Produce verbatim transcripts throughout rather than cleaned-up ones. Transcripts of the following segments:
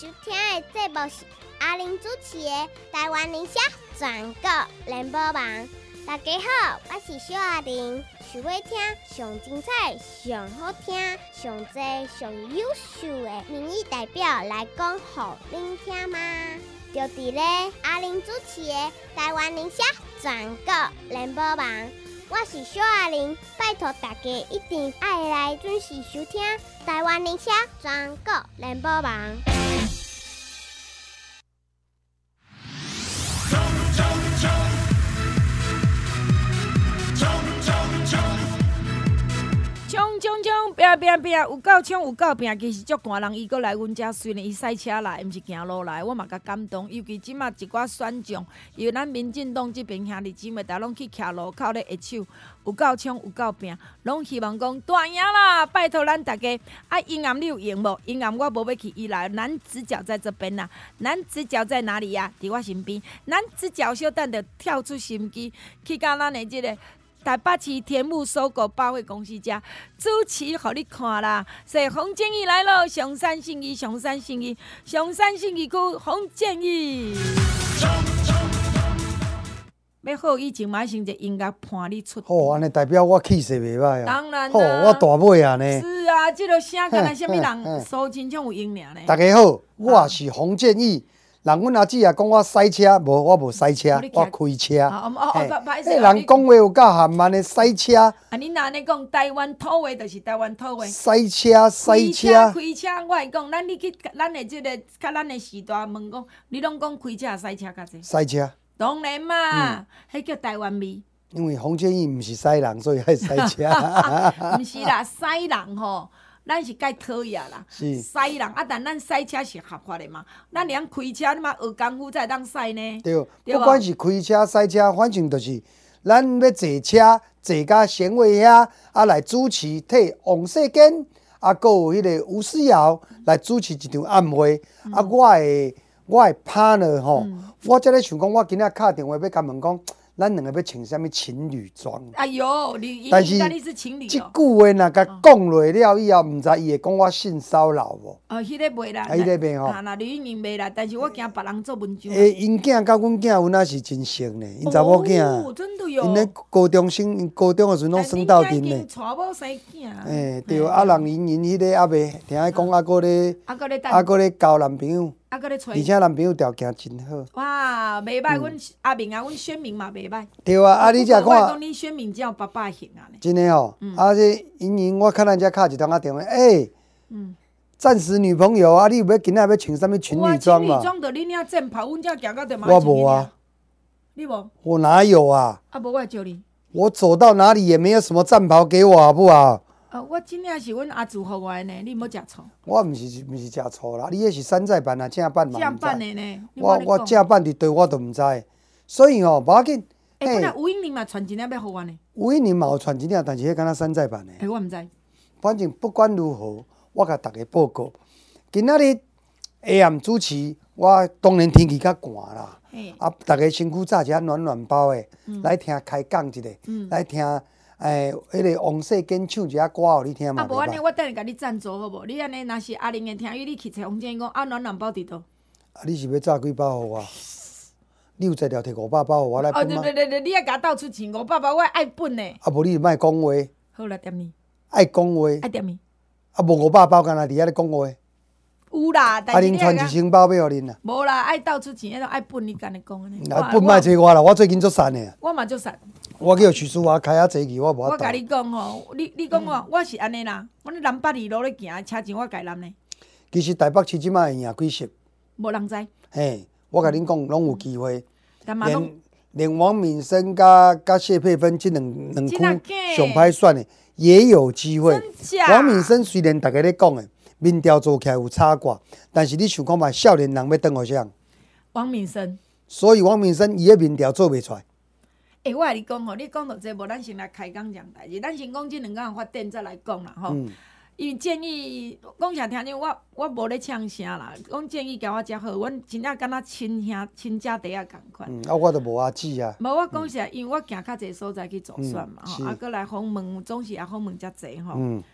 听的节目是阿玲主持的台湾宁夏全国联播网。大家好，我是小阿玲，想要听上精彩、上好听、上多、上优秀的民意代表来讲予您听吗？就伫咧阿玲主持的台湾宁夏全国联播网。我是小阿玲，拜托大家一定要来准时收听台湾宁夏全国联播网。 冲冲冲！冲冲冲！ 冲冲冲！拼拼拼！有够冲有够拼，其实足寒人伊搁来阮遮，虽然伊赛车来，毋是行路来，我嘛甲感动。尤其即马一寡选将，因为咱民进党即边兄弟姊妹，逐拢去徛路口咧握手，有够冲有够拼，拢希望讲大赢啦！拜托咱大家，啊，阴暗你有赢无？阴暗我无要去伊来，男子角在这边啦，男子角在哪里呀、啊？伫我身边，男子角小等着跳出心机，去甲咱的即、這个。台北市田木搜狗百货公司家主持，互你看啦！所以洪建义来了，上山信义，上山信义，上山信义区洪建义。要好以前嘛，先一音乐伴你出。 好，安尼代表我气势袂歹啊。 当然啦。 好，我大尾啊呢。 是啊，这个声敢若什么人苏清唱有用尔呢？ 大家好，我是洪建义。人阮阿姊也讲我赛车，无我无赛车，我开车。嘿，人讲话有够含慢的赛车。 啊，恁若安尼讲台湾土话，就是台湾土话。 赛车，赛车。 开车，我会讲，咱你去咱的即个，甲咱的时代问讲，你拢讲开车、赛车较济。 赛车。 当然嘛，迄、嗯、叫台湾味。 因为洪建义毋是西人，所以爱赛车。 毋是啦，西人吼。咱是介讨厌啦，西人啊，但咱赛车是合法的嘛。咱连开车你嘛学功夫才当赛呢。 对，对不管是开车、赛车，反正就是咱要坐车，坐甲贤惠遐，啊来主持替王世坚，啊，搁有迄个吴思瑶来主持一场暗会。嗯、啊，我的我的 partner 吼，嗯、我才咧想讲，我今仔敲电话要甲问讲。咱两个要穿什么情侣装？ 哎呦，你但是你是情侣哦。 即句话若甲讲落了以后，毋知伊会讲我性骚扰无？ 哦，迄个袂啦， 迄个袂吼。 啊，那吕英明袂啦，但是我惊别人做文章。 诶，因囝甲阮囝有那是真熟呢，因查某囝。 哦，真的哟。 因咧高中生，因高中诶时阵拢算斗阵呢。 因娶某生囝。 诶，对，啊，人因因迄个还袂听伊讲，还搁咧，还搁咧交男朋友。 啊，搁咧找， 而且男朋友条件真好。 哇，袂歹，阮阿明啊，阮选民嘛袂歹。 对啊，啊你才看。 我讲你选民只有爸爸型啊。 真诶吼，啊这因因我看咱遮敲一通啊电话，诶，暂时女朋友啊，你有要今仔要穿啥物情侣装嘛？ 情侣装着你领战袍，阮遮行到就嘛。 我无啊。 你无？ 我哪有啊？ 啊，无我招你。 我走到哪里也没有什么战袍给我，好不好？ 呃，我真正是阮阿祖互我的呢，你莫食醋。 我毋是毋是食醋啦，你迄是山寨版啊，正版嘛。 正版的呢。 我我正版伫对我都毋知，所以吼，无要紧。 诶，本来吴英玲嘛传一领要互我呢。 吴英玲嘛有传一领，但是迄敢若山寨版的。 诶，我毋知。 反正不管如何，我甲大家报告，今仔日下暗主持，我当然天气较寒啦。啊，大家身躯炸一下暖暖包的，嗯、来听开讲一下，嗯、来听。诶，迄个王世坚唱一下歌，互你听嘛。 啊，无安尼，我等下甲你赞助好无？你安尼若是阿玲的听，你去找洪建义讲啊，暖暖包伫倒。 啊，你是要炸几包互我？你有才调摕五百包互我来分吗？ 哦，对对对，你爱甲我倒出钱五百包，我爱本呢。 啊，无你就莫讲话。 好啦，点呢？ 爱讲话。 爱点呢？ 啊，无五百包，干那伫遐咧讲话。 有啦，但是你传一千包要互恁啦。 无啦，爱倒出钱，迄种爱本，你干你讲安尼。 啊，本莫找我啦，我最近足瘦的。 我嘛足瘦。我叫徐淑华开遐坐去，我无法度。 我甲你讲吼，你你讲我，我是安尼啦。我咧南北二路咧行，车钱我家揽呢。 其实台北市即摆会赢几席？ 无人知。 嘿，我甲恁讲，拢有机会。 连连王敏生甲甲谢佩芬即两两区上歹选的也有机会。王敏生虽然大家咧讲的民调做起来有差挂，但是你想看嘛，少年人要转互啥？ 王敏生。所以王敏生伊的民调做袂出来。 诶、欸，我甲你讲吼，你讲到这无，咱先来开讲讲代志。咱先讲即两个人发展再来讲啦吼。因为、嗯、建议讲啥听见我我无咧呛声啦，讲建议甲我遮好，阮真正敢若亲兄亲家弟仔共款。 嗯，啊，我都无阿姊啊。 无我讲实，因为我行较侪所在去助选嘛，吼、嗯，啊，搁来访问总是也访问遮侪吼。嗯。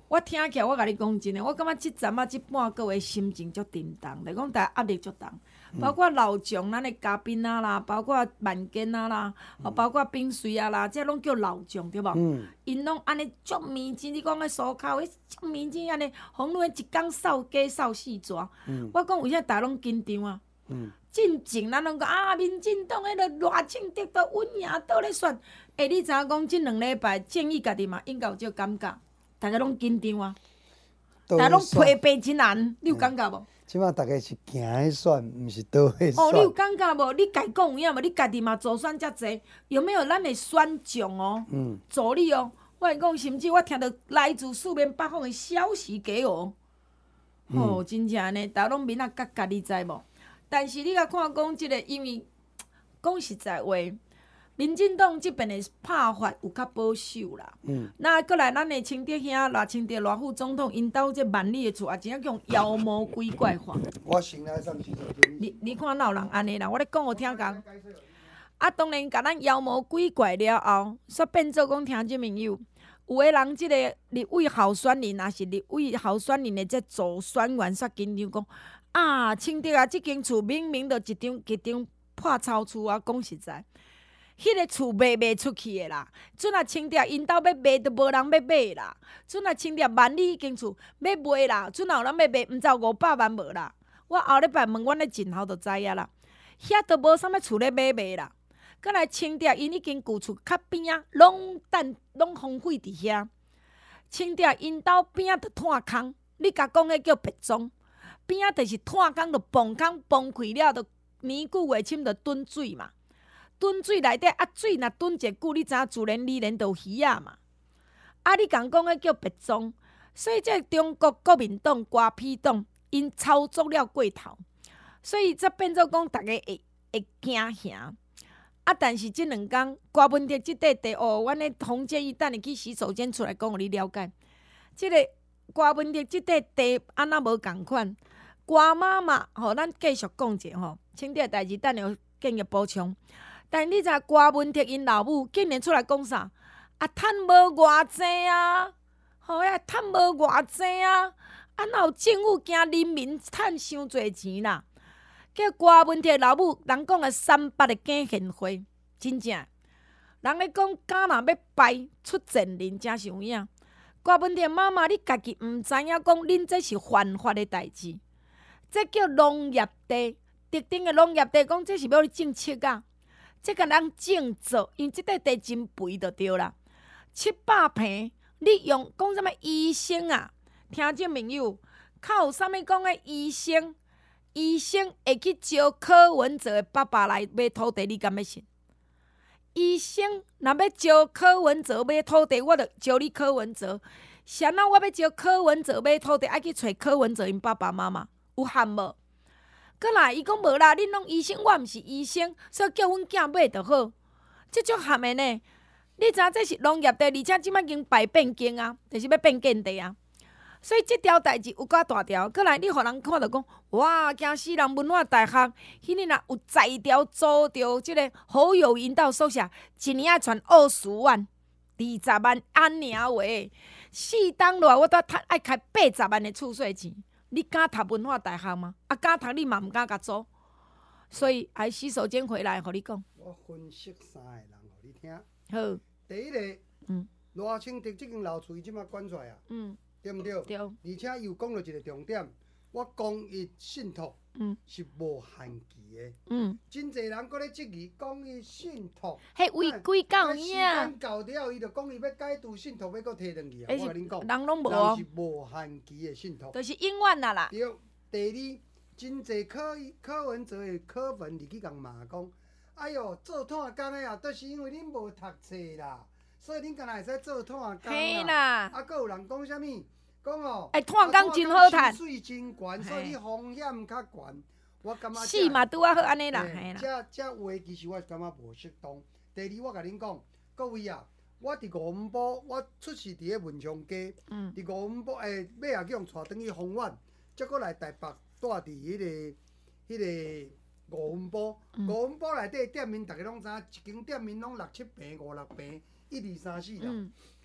我听起来，我甲你讲真诶，我感觉即阵啊，即半个月心情足沉重，来讲，大家压力足重，包括老将咱诶嘉宾啊啦，包括万坚啊啦，哦，包括冰水啊啦，这拢叫老将对无？ 嗯， 因拢安尼足面前，你讲诶苏口迄足面前安尼，红路一工扫鸡扫四蛇。 嗯我讲为啥大家拢紧张啊？ 嗯， 进前咱拢讲啊，民进党迄个赖清德都稳赢倒咧选。诶，你知影讲即两礼拜建议家己嘛，应该有这感觉，大家拢紧张啊，大家拢疲惫真难，你有感觉无？ 即摆大家是行去选，毋是倒去选。 哦，你有感觉无？你家讲有影无？你家己嘛助选遮济，有没有咱的选将哦？ 嗯， 助力哦。我跟你讲，甚至我听到来自四面八方的消息给我， 嗯、 哦，真正呢，大家拢面啊角角，你知无？但是你甲看讲即个，因为讲实在话，民进党即边的拍法有较保守啦。 嗯。 那过来，咱的清德兄赖清德赖副总统，因兜这万里的厝也真正叫妖魔鬼怪化。 我先来上洗手间。 你你看哪有人安尼啦？我咧讲互听讲。啊，当然，甲咱妖魔鬼怪了后，煞变做讲听即朋友，有个人即个立委候选人，也是立委候选人的这助选员，煞紧张讲啊，清德啊，即间厝明明就一张一张破草厝啊！讲实在，迄个厝卖卖出去的啦。阵啊，清德因兜要卖，都无人要买啦。阵啊，清德万里迄间厝要卖啦，阵啊有人要卖，毋知有五百万无啦。我后礼拜问阮的真后就知影啦，遐都无啥物厝咧买卖啦。过来清德因已经旧厝较边啊，拢等拢荒废伫遐。清德因兜边啊，着炭空，你甲讲迄叫别庄，边啊就是炭空，着崩空崩开了，着年久月深，着囤水嘛。囤水内底啊，水若囤一久，你知影自然而然就有鱼仔嘛。啊，你共讲迄叫别庄，所以这中国国民党、瓜批党因操作了过头，所以则变做讲，逐个会会惊吓。啊！但是即两工，瓜文德即块地哦，阮的洪建义等下去洗手间出来讲，互你了解。即、这个瓜文德即块地安那无共款？瓜妈妈吼，咱继续讲者吼，清德代志等下建议补充。但你知瓜文德因老母竟然出来讲啥？啊，趁无偌济啊！吼呀，趁无偌济啊！啊，哪有政府惊人民趁伤侪钱啦？叫瓜文德老母，人讲的三八的假献花，真正。人咧讲敢若要败出前人，真是有影。瓜文德妈妈，你家己毋知影讲，恁这是犯法的代志。这叫农业地，特定的农业地，讲这是要你种七啊，这个人种做，因为这块地真肥就对啦。七百平，你用讲啥物医生啊？听众朋友，较有啥物讲的医生？医生会去招柯文哲的爸爸来买土地，你敢要信？医生若要招柯文哲买土地，我就招你柯文哲。谁啊？我要招柯文哲买土地，爱去找柯文哲因爸爸妈妈，有含无？过来，伊讲无啦，恁拢医生，我毋是医生，所以叫阮囝买就好。即种含的呢？你知影这是农业地，而且即摆已经败变更啊，就是要变建地啊。所以即条代志有够大条，过来你互人看到讲，哇！惊死人！文化大学迄日若有在条租着即个好友引导宿舍，一年爱传二十万、二十万安尼话，四档落来我都爱开八十万的厝税钱。你敢读文化大学吗？啊，敢读你嘛毋敢甲租。所以爱洗手间回来，互你讲。 我分析三个人，互你听。 好。 第一个， 嗯， 赖清德即间老厝伊即马关出来啊。嗯。对毋对？ 对。而且又讲到一个重点，我公益信托嗯是无限期的。嗯。真侪人搁咧质疑公益信托。 迄违规到影。 时间到了，伊就讲伊要解除信托，要搁摕转去啊！我甲恁讲， 人拢无。 人是无限期的信托。 就是永远啦啦。 对。第二，真侪柯柯文哲的柯粉入去共骂讲，哎哟，做炭工的啊，都是因为恁无读册啦，所以恁敢若会使做炭工啦。啊，搁有人讲啥物？讲哦，哎， 炭工真好趁， 水真悬，所以你风险较悬。我感觉是嘛，拄啊好安尼啦，嘿啦。 这这话其实我感觉无适当。第二，我甲恁讲，各位啊，我伫五五埔，我出世伫咧文昌街，伫五五埔诶，尾也去用带转去丰原，则搁来台北住伫迄个迄个五五埔。五五埔内底店面，逐个拢知影，一间店面拢六七平、五六平，一二三四啦。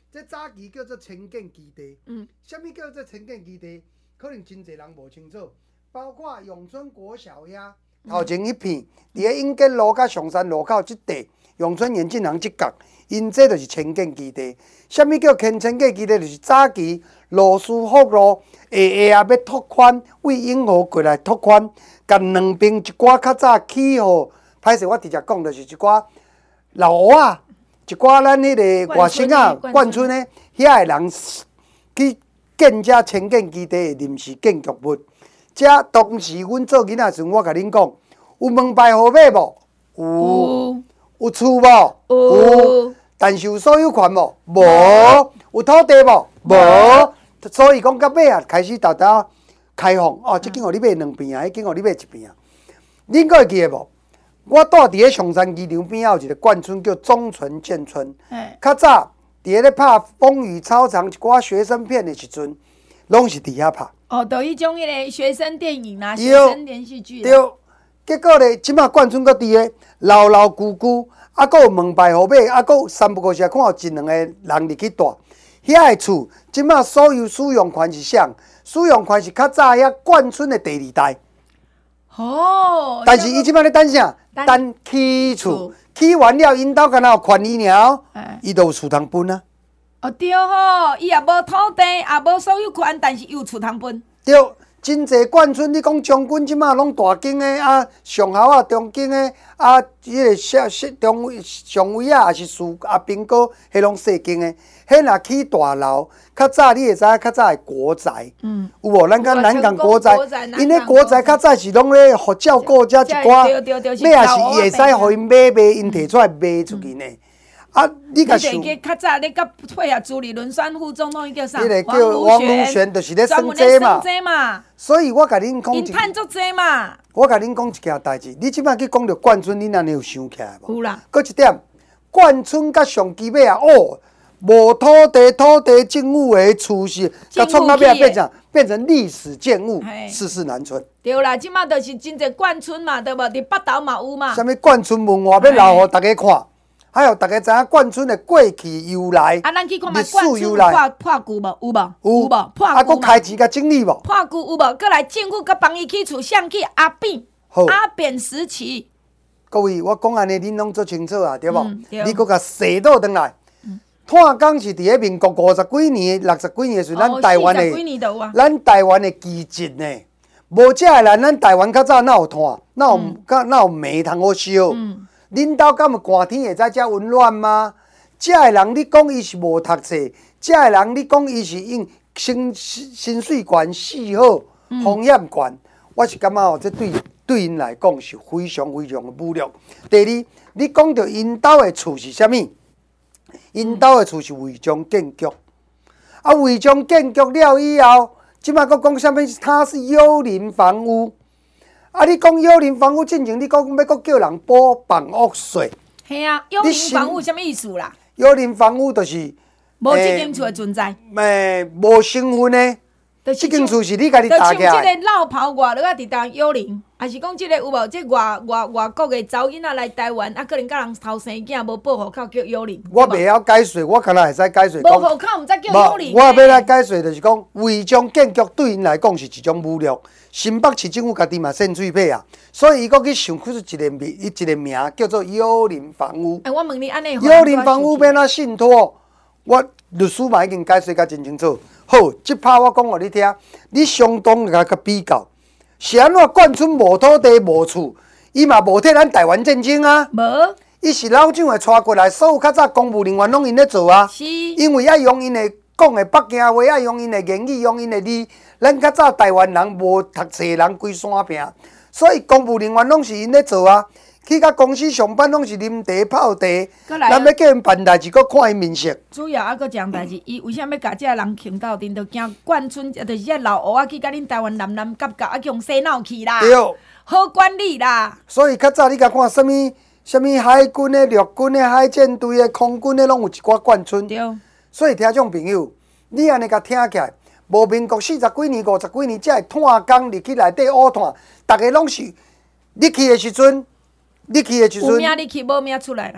这早期叫做前建基地。 嗯， 什么叫做前建基地？可能真侪人无清楚，包括永春国小遐头前一片，伫个永建路甲上山路口即地，永春眼镜行即角，因这就是前建基地。什么叫前前建基地？就是早期罗斯福路下下啊要拓宽，为永和过来拓宽，甲两边一寡较早起好，歹势我直接讲，就是一寡老屋啊，一寡咱迄个外省啊、眷村诶，遐个人去建遮前建基地诶临时建筑物。遮当时阮做囡仔时，我甲恁讲，有门牌号码无？有。有厝无？有。但是有所有权无？无。有土地无？无。所以讲到尾啊，开始豆豆开放哦，即间互你买两边啊，迄间互你买一边啊。恁个会记得无？我住伫咧上山机场边仔有一个眷村叫中纯建村。较早伫咧咧拍风雨操场一寡学生片的时阵，拢是伫遐拍。 哦，就迄种迄个学生电影啊，学生连续剧。 对，结果咧，即马眷村搁伫咧老老旧旧，啊，搁有门牌号码，啊，搁三不五时看有一两个人入去住。遐个厝，即马所有使用权是啥？使用权是较早遐眷村的第二代。 哦。 但是伊即马咧等啥？等起厝，起完了，因兜敢若有权利尔，伊就有厝通分啊。 哦对吼，伊也无土地，也无所有权，但是有厝通分。 对，真侪眷村，你讲将军即马拢大间的啊，上校啊，中间的啊，迄个小小中尉、上尉啊，也是树啊，兵哥，迄拢细间的。迄若起大楼，较早你会知影，较早的国宅，嗯，有无？咱讲南港国宅，因迄国宅较早是拢咧互照顾遮一寡，尾也是伊会使互因买卖，因摕出来卖出去呢。啊！你甲想， 你较早咧，甲配合朱立伦选副总统，伊叫啥？ 迄个叫王如玄，就是咧算这嘛。所以我甲恁讲， 因趁足济嘛。 我甲恁讲一件代志，你即摆去讲到眷村，恁安尼有想起来无？ 有啦。 搁一点，眷村甲上基尾啊，哦，无土地，土地政府的厝是，甲创到尾变成变成历史建物，世事难存。 对啦，即摆就是真侪眷村嘛，对无？伫北投嘛有嘛。 啥物眷村文化要留互大家看？还有大家知影眷村的过去由来， 啊，咱去看觅眷村破破旧无？有无？有无？破旧啊，搁开钱甲整理无？ 破旧有无？搁来政府搁帮伊起厝，像去阿扁、阿扁时期。 各位，我讲安尼，恁拢做清楚啊，对无？嗯、对你搁甲洗倒转来。炭工是伫咧民国五十几年、六十几年时，咱台湾的，咱台湾的基质呢，无遮个人，咱台湾较早哪有炭，哪有哪哪有煤通好烧？嗯恁兜敢有寒天会使遮温暖吗？遮个人你讲伊是无读册，遮个人你讲伊是因薪薪水悬、死好、风险悬，我是感觉哦，这对对因来讲是非常非常的侮辱。第二，你讲到因兜的厝是啥物？因兜的厝是违章建筑，啊，违章建筑了以后，即摆佫讲啥物？它是幽灵房屋。啊！你讲幽灵房屋进前，你讲要佫叫人补房屋税？ 系啊，幽灵房屋什么意思啦？ 幽灵房屋就是无这间厝的存在， 诶，无身份的。这间厝是你家己搭起来。就像这个老袍外落啊，伫当幽灵，还是讲这个有无？这外外外国的查囡仔来台湾，啊，可能甲人偷生囝，无报户口叫幽灵。 我袂晓解释，我敢若会使解释。 无户口毋则叫幽灵。 我要来解释，就是讲违章建筑对因来讲是一种侮辱。新北市政府家己嘛扇嘴皮啊，所以伊佫去想出一个名，一个名叫做幽灵房屋。 哎，我问你安尼， 幽灵房屋要哪信托？我律师嘛已经解释甲真清楚。好，即拍我讲互你听，你相当甲甲比较，是安怎眷村无土地无厝，伊嘛无替咱台湾战争啊。 无， 伊是老蒋会带过来，所有较早公务人员拢因咧做啊。 是， 因为爱用因的讲的北京话，爱用因的言语，用因的字。咱较早台湾人无读册人规山坪，所以公务人员拢是因咧做啊。去甲公司上班拢是啉茶泡茶，咱要叫因办代志，搁看因面色。 主要啊，搁一样代志，伊为啥要甲遮人牵到阵，就惊眷村，就是遮老乌啊，去甲恁台湾南南夹夹，啊，叫洗脑去啦。 对， 好管理啦。 所以较早你甲看什么什么海军的、陆军的、海舰队的、空军的，拢有一寡眷村。 对。 所以听众朋友，你安尼甲听起来。无民国四十几年、五十几年，才会炭工入去内底乌炭，逐个拢是你去的时阵，你去的时阵， 有名你去，无名出来啦。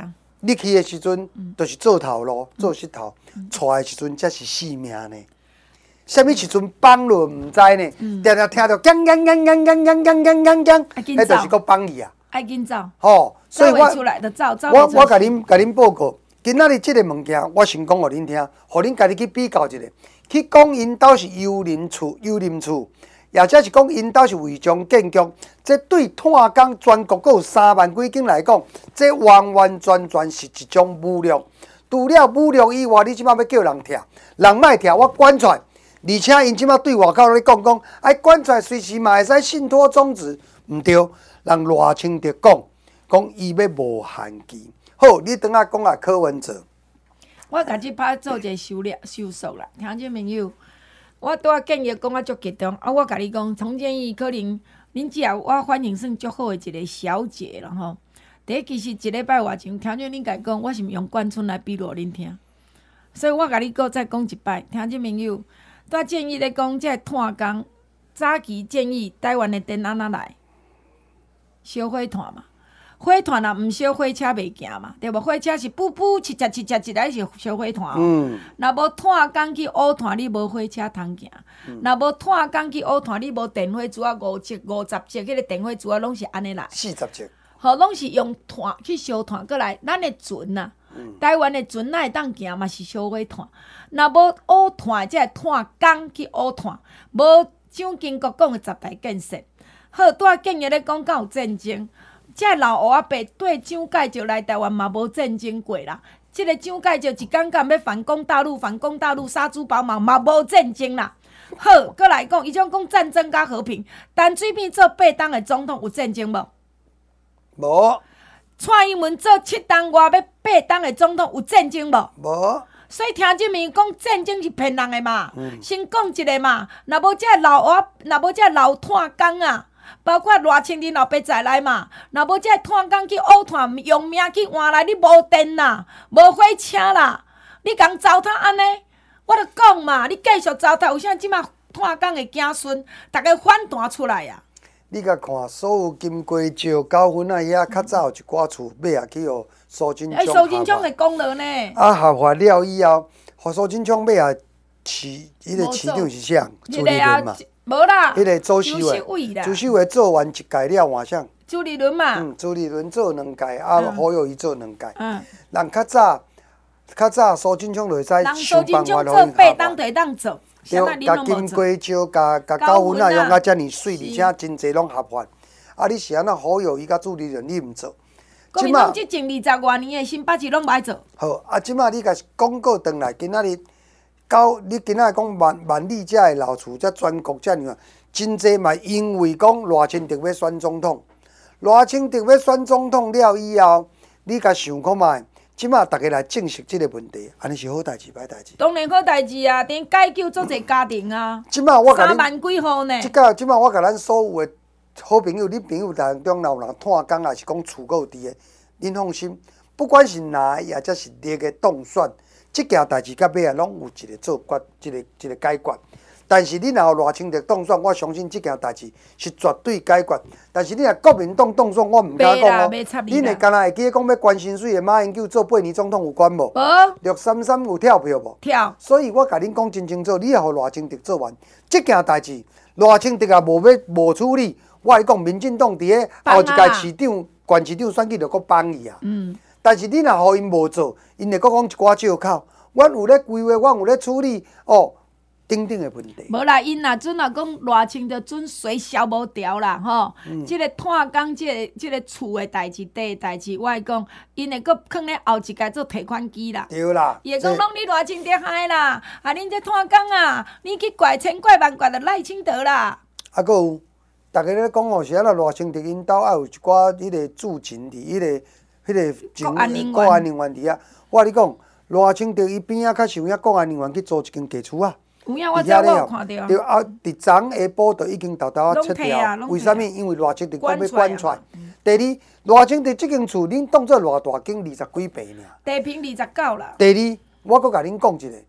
你去的时阵，就是做头路，做石头；出的时阵才是性命呢。什么时阵放落唔知呢？常常听到锵锵锵锵锵锵锵锵锵锵，迄就是个放去啊。 爱紧走。 吼，所以我出来就走，走我我甲恁甲恁报告，今仔日即个物件，我先讲互恁听，互恁家己去比较一下，去讲因兜是幽灵厝，幽灵厝。也者是讲因兜是违章建筑，这对炭工全国阁有三万几间来讲，这完完全全是一种侮辱。除了侮辱以外，你即摆要叫人拆，人莫拆，我管出来。而且因即摆对外口咧讲讲，哎，管出来随时嘛会使信托终止，毋对。人赖清德讲，讲伊要无限期。好，你等下讲下柯文哲。 我家己拍做一个收了收束啦，听众朋友。我拄仔建议讲啊足激动，啊我甲你讲，从建议可能恁只要我反应算足好的一个小姐啦吼。第一其实一礼拜外前，听众恁家讲，我是毋用冠村来比落恁听，所以我甲你搁再讲一摆，听众朋友，拄建议咧讲，即个炭工早期建议台湾的电安怎来？烧火炭嘛。火炭若毋烧火车袂行嘛，对无？火车是噗噗切切切切一来是烧火炭哦。嗯。若无炭工去乌炭，你无火车通行；若无炭工去乌炭，你无电火珠啊五节五十节，迄个电火珠啊拢是安尼来。 四十节。 吼，拢是用炭去烧炭过来，咱的船啊，嗯、台湾的船哪会当行嘛？是烧火炭。若无乌炭，即个炭工去乌炭，无蒋经国讲的十大建设。好，拄仔建议咧讲，敢有战争？即个老黑仔伯对蒋介石来台湾嘛无战争过啦。即、这个蒋介石一讲讲要反攻大陆，反攻大陆杀猪宝马嘛无战争啦。好，搁来讲，伊种讲战争甲和平，陈水扁做八党的总统有战争无？ 无。 蔡英文做七党外要八党的总统有战争无？ 无。 所以听这面讲战争是骗人的嘛。嗯、先讲一个嘛，若无即个老黑，若无即个老炭工啊。包括赖清德老爸在内嘛，若无即个炭工去乌炭用命去换来，你无电啦，无火车啦，你共糟蹋安尼，我著讲嘛，你继续糟蹋，有啥即马炭工的子孙，逐个反弹出来啊！ 你甲看所有金瓜石高分啊，遐较早有一寡厝尾啊去互苏贞昌下发。苏贞昌的功劳呢？ 啊，下发了以后，互苏贞昌尾啊，市迄个市长是啥？朱立伦嘛。 无啦， 迄个周秀伟，周秀伟做完一届了，换啥？ 朱立伦嘛。 嗯，朱立伦做两届，啊，侯友宜做两届。嗯。人较早，较早苏贞昌就会使想办法互因八党会当做， 对，甲金瓜石、甲甲高分啊，用啊遮尔水，而且真济拢合法。啊，你是安那侯友宜甲朱立伦你毋做？ 国民党执政二十外年的新八字拢歹做。 好，啊，即马你甲广告转来，今仔日。到你今仔讲万万里遮的老厝，遮全国遮尔，真济嘛，因为讲赖清德要选总统，赖清德要选总统了以后，你甲想看觅，即马大家来证实即个问题，安尼是好代志歹代志？ 当然好代志啊，等解救足侪家庭啊。 即马我甲三万几户呢？ 即个即马我甲咱所有的好朋友，你朋友当中若有人炭工，也是讲厝够伫的，恁放心，不管是哪也则是劣个当选。即件代志到尾啊，拢有一个做决，一个一个解决。但是你若有赖清德当选，我相信即件代志是绝对解决。但是你若国民党当选，我毋敢讲哦。你若敢若会记讲要关心水的马英九做八年总统有关无？无。六三三有跳票无？ 跳。 所以我甲恁讲真清楚，你若互赖清德做完即件代志，赖清德也无要无处理。我来讲，民进党伫咧后一届市长、县市长选举就搁帮伊啊。嗯。但是你若互因无做，因会阁讲一寡借口。阮有咧规划，阮有咧处理哦，等等的问题。 无啦，因若准若讲赖清德准水消无掉啦，吼。嗯。即个炭工，即个即个厝的代志、地的代志，我会讲，因会阁放咧后一届做提款机啦。 对啦。 伊会讲拢你赖清德害啦，啊，恁这炭工啊，你去怪千怪万怪的赖清德啦。 啊，佫有，逐个咧讲哦，是安那赖清德因兜还有一寡迄个驻勤伫迄个。迄个国安人员， 国安人员伫遐，我甲你讲，赖清德伊边仔较是有影国安人员去租一间地厝啊。 有影，我知我有看到。 对啊，伫昨下晡就已经偷偷啊撤掉。为虾米？因为赖清德讲要管出来。第二，赖清德即间厝，恁当做偌大间，二十几平尔。 地平二十九啦。 第二，我阁甲恁讲一个，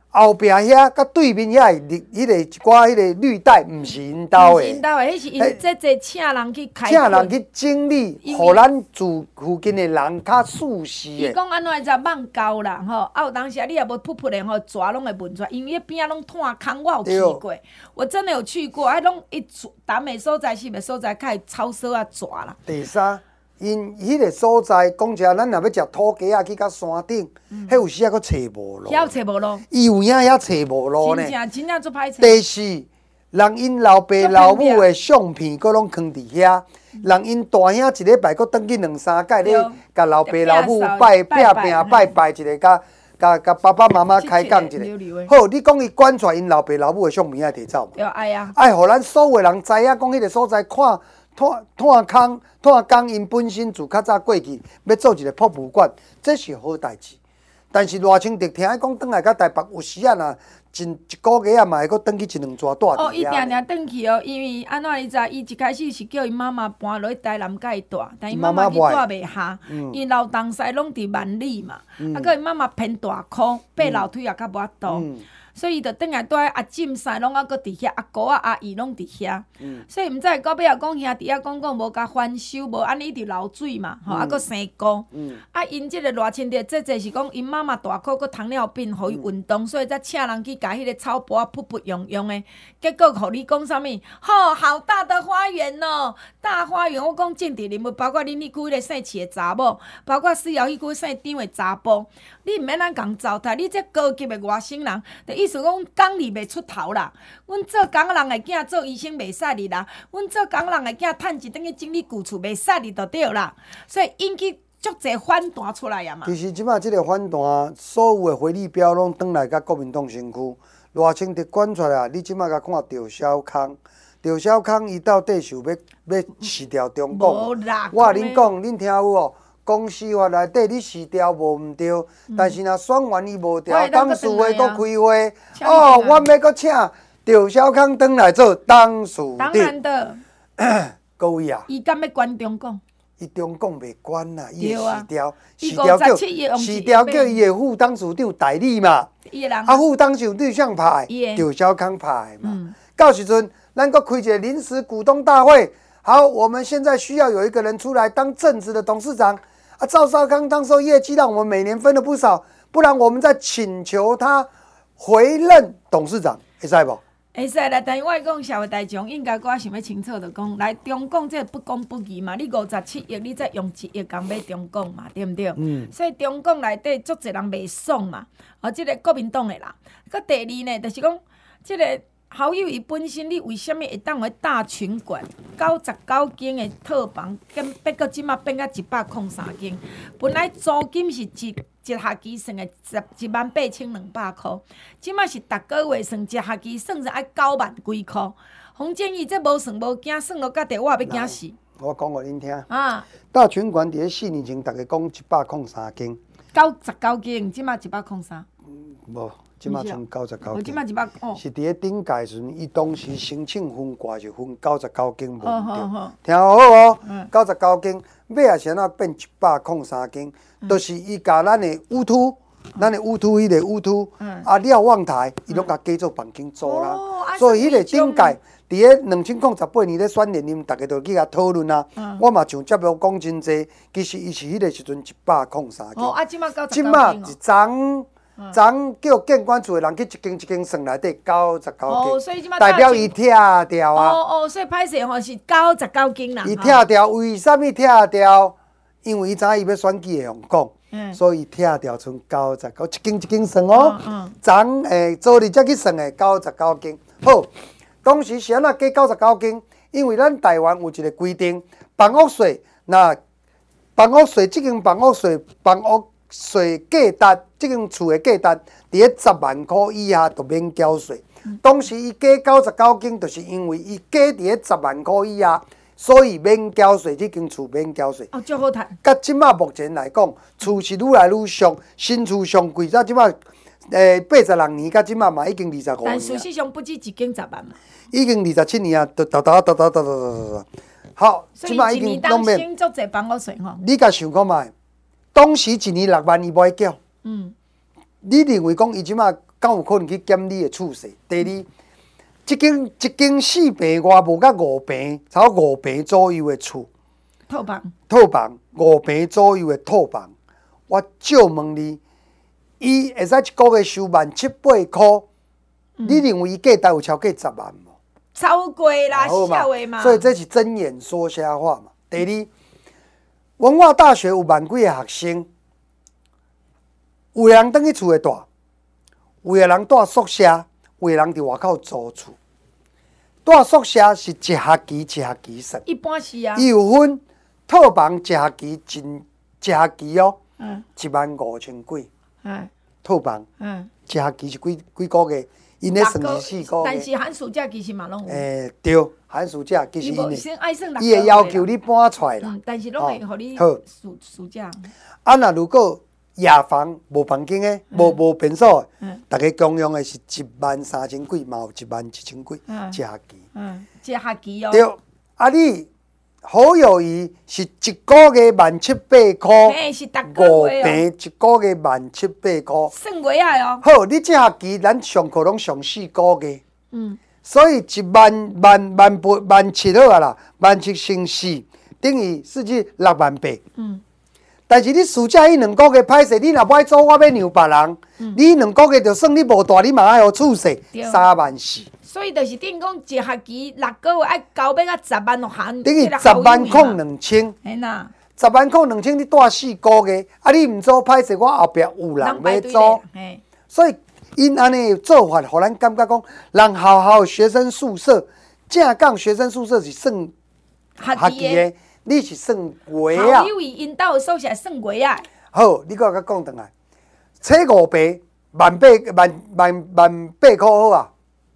后壁遐甲对面遐的迄个一寡迄个绿带，毋是因兜的。 因兜的，迄是因这这请人去开请人去整理，互咱住附近的人较舒适伊的。 讲安怎会才网高啦吼，啊有当时你也无噗噗的吼，蛇拢会闻出来，因为迄边仔拢炭坑，我有去过，我真的有去过，啊拢一南美所在、西美所在，较会草蛇啊蛇啦。 第三。因迄个所在，讲遮，咱若要食土鸡啊，去到山顶，迄、嗯、有时啊，佫找无路。 遐找无路。 伊有影遐找无路呢。 真正真正足歹找。 第四，人因老爸老母的相片，佫拢囥伫遐。人因大兄一礼拜佫转去两三届咧，甲老爸老母拜拜拜拜拜一个，甲甲甲爸爸妈妈开讲一个。好，你讲伊管出来因老爸老母的相片爱摕走无？ 对，爱啊。 爱，互咱所有人知影，讲迄个所在看。炭炭坑、炭工因本身自较早过去，要做一个博物馆，这是好代志。但是赖清德听伊讲，转来到台北有时啊，若真一个月啊，嘛会佫转去一两逝住伫遐。 哦，伊定定转去哦，因为安怎你知？伊一开始是叫伊妈妈搬落去台南甲伊住，但伊妈妈去住袂下，因老东西拢伫万里嘛，啊，佮伊妈妈偏大箍，爬楼梯也较无法度。所以伊就转来住阿婶婿拢还佫伫遐，阿姑啊阿姨拢伫遐，嗯、所以毋知到尾也讲兄弟啊讲讲无甲翻修，无安尼一直流水嘛，吼、嗯，啊佫生菇，嗯、啊因即个赖清德姐姐是讲因妈妈大箍佫糖尿病，互伊运动，所以才请人去甲迄个草坡啊噗噗用用的，结果互你讲啥物？吼、哦，好大的花园哦，大花园！我讲政治人物，包括恁迄句个姓齐的查某，包括四瑶迄句姓张的查甫，你毋免咱共糟蹋，你这高级的外省人，就意思讲讲理袂出头啦。阮做工人的囝做医生袂使哩啦，阮做工人的囝趁一顿去整理旧厝袂使哩，就对啦。所以引起足侪反弹出来啊嘛。 其实即马即个反弹，所有的回力标拢转来甲国民党身躯。赖清德管出来，你即马甲看赵少康，赵少康伊到底是要要辞掉中共？我甲恁讲，恁听有无？公司法内底你辞掉无毋对，嗯、但是若选完伊无调，董事会搁开会，哦，我要搁请赵少康转来做董事长。 当然的。 各位啊， 伊敢要管中共？ 伊中共袂管啦，伊会辞掉， 辞掉叫辞掉叫伊的副董事长代理嘛。啊，副董事长对象派赵少康派嘛。嗯、到时阵咱搁开一个临时股东大会，好，我们现在需要有一个人出来当正职的董事长。啊，赵少康当时候业绩让我们每年分了不少，不然我们再请求他回任董事长，会使无？ 会使啦，但是我讲社会大众应该我想要清楚的讲，来中共这不公不义嘛，你五十七亿，你再用一亿共买中共嘛，对毋对？嗯。所以中共内底足侪人袂爽嘛，哦，即、这个国民党的啦。佮第二呢，就是讲即、这个。好友伊本身，你为虾米会当为大群馆九十九间的套房，变变到即马变到一百零三间？本来租金是一一学期算的十一万八千两百箍，即马是逐个月算一学期算是爱九万几箍。洪建义这无算无惊，算落到底我也要惊死。 我讲互恁听啊， 大群馆伫咧四年前，逐个讲一百零三间， 九十九间，即马一百零三。 无。即马剩九十九间， 哦、 是伫咧顶届时阵，伊当时申请分挂就分九十九间无对，听好哦，九十九间，尾也是安怎变一百零三间，都、嗯、是伊甲咱的乌突，嗯、咱的乌突迄个乌突，嗯、啊瞭望台，伊拢甲改做房间租啦，哦、所以迄个顶届伫咧两千零十八年咧选连任，大家就去甲讨论啊。嗯、我嘛像节目讲真济，其实伊是迄个时阵一百零三间， 哦啊，即马九十九间即马一张。昨叫建管处的人去一间一间算内底九十九间，代表伊拆掉啊。 哦哦，所以歹势吼是九十九间啦。 伊拆掉，为什么拆掉？因为伊知影伊要选举会用讲，所以拆掉剩九十九，一间一间算哦。昨诶昨日才去算的九十九间。好，当时是安怎计九十九间？因为咱台湾有一个规定，房屋税那房屋税，即间房屋税房屋。税价值，即间厝的价值，伫咧十万块以下就免缴税。嗯、当时伊价九十九间，就是因为伊价伫咧十万块以下，所以免缴税。即间厝免缴税。 哦，足好赚。 甲即马目前来讲，厝是愈来愈俗，新厝上贵。到即马，诶，八十六年，甲即马嘛已经二十五年。 但事实上不止一间十万嘛。 已经二十七年啊，都都都都都都都好，即马已经拢免。 所以一年当升足侪房屋税吼。 你甲想看觅？当时一年六万伊无爱缴，嗯，你认为讲伊即马敢有可能去检你的厝势？第二，一间一间四平外无甲五平，差不多五平左右的厝， 套房， 套房五平左右的套房，我借问你，伊会使一个月收万七八箍，嗯、你认为伊价值有超过十万无？ 超过啦， 好笑话嘛。 所以这是睁眼说瞎话嘛。第二，文化大学有万几个学生，有的人等去厝会住，有的人住宿舍，有的人伫外口租厝。住宿舍是一学期一学期算， 一般是啊。 伊有分套房一学期真一学期哦， 嗯， 一万五千几。 嗯， 套房， 嗯， 一学期是几几个月？因咧算是四个月。 但是寒暑假其实嘛拢有。 诶，对，寒暑假其实因的， 先爱算六伊会要求你搬出来啦。 嗯，但是拢会互你好暑暑假。 啊，若如果夜房无房间的，无无便所的，逐个共用的是一万三千几，嘛有一万一千几，一学期。 嗯，一学期哦。 对，啊你好友谊是一个月万七八箍， 嘿，是逐个五月哦。 平一个月万七八箍。 算月仔哦。 好，你这学期咱上课拢上四个月， 嗯， 所以一万万万八万七好啊啦，万七乘四等于是去六万八。 嗯。 但是你暑假迄两个月歹势，你若歹做，我要让别人， 嗯、 你两个月就算你无大，你嘛爱互厝势三万四。 所以就是等于讲一学期六个月爱交要到十万含。 等于十万空两千。 嘿呐。 十万空两千，你住四个月，啊你毋做歹势，我后壁有人要做。所以因安尼做法，互咱感觉讲，人校校学生宿舍，正讲学生宿舍是算学期的。你是算月啊？ 好友谊因兜宿舍算月啊。 好，你搁甲讲转来，车五平万八万万万八箍好啊？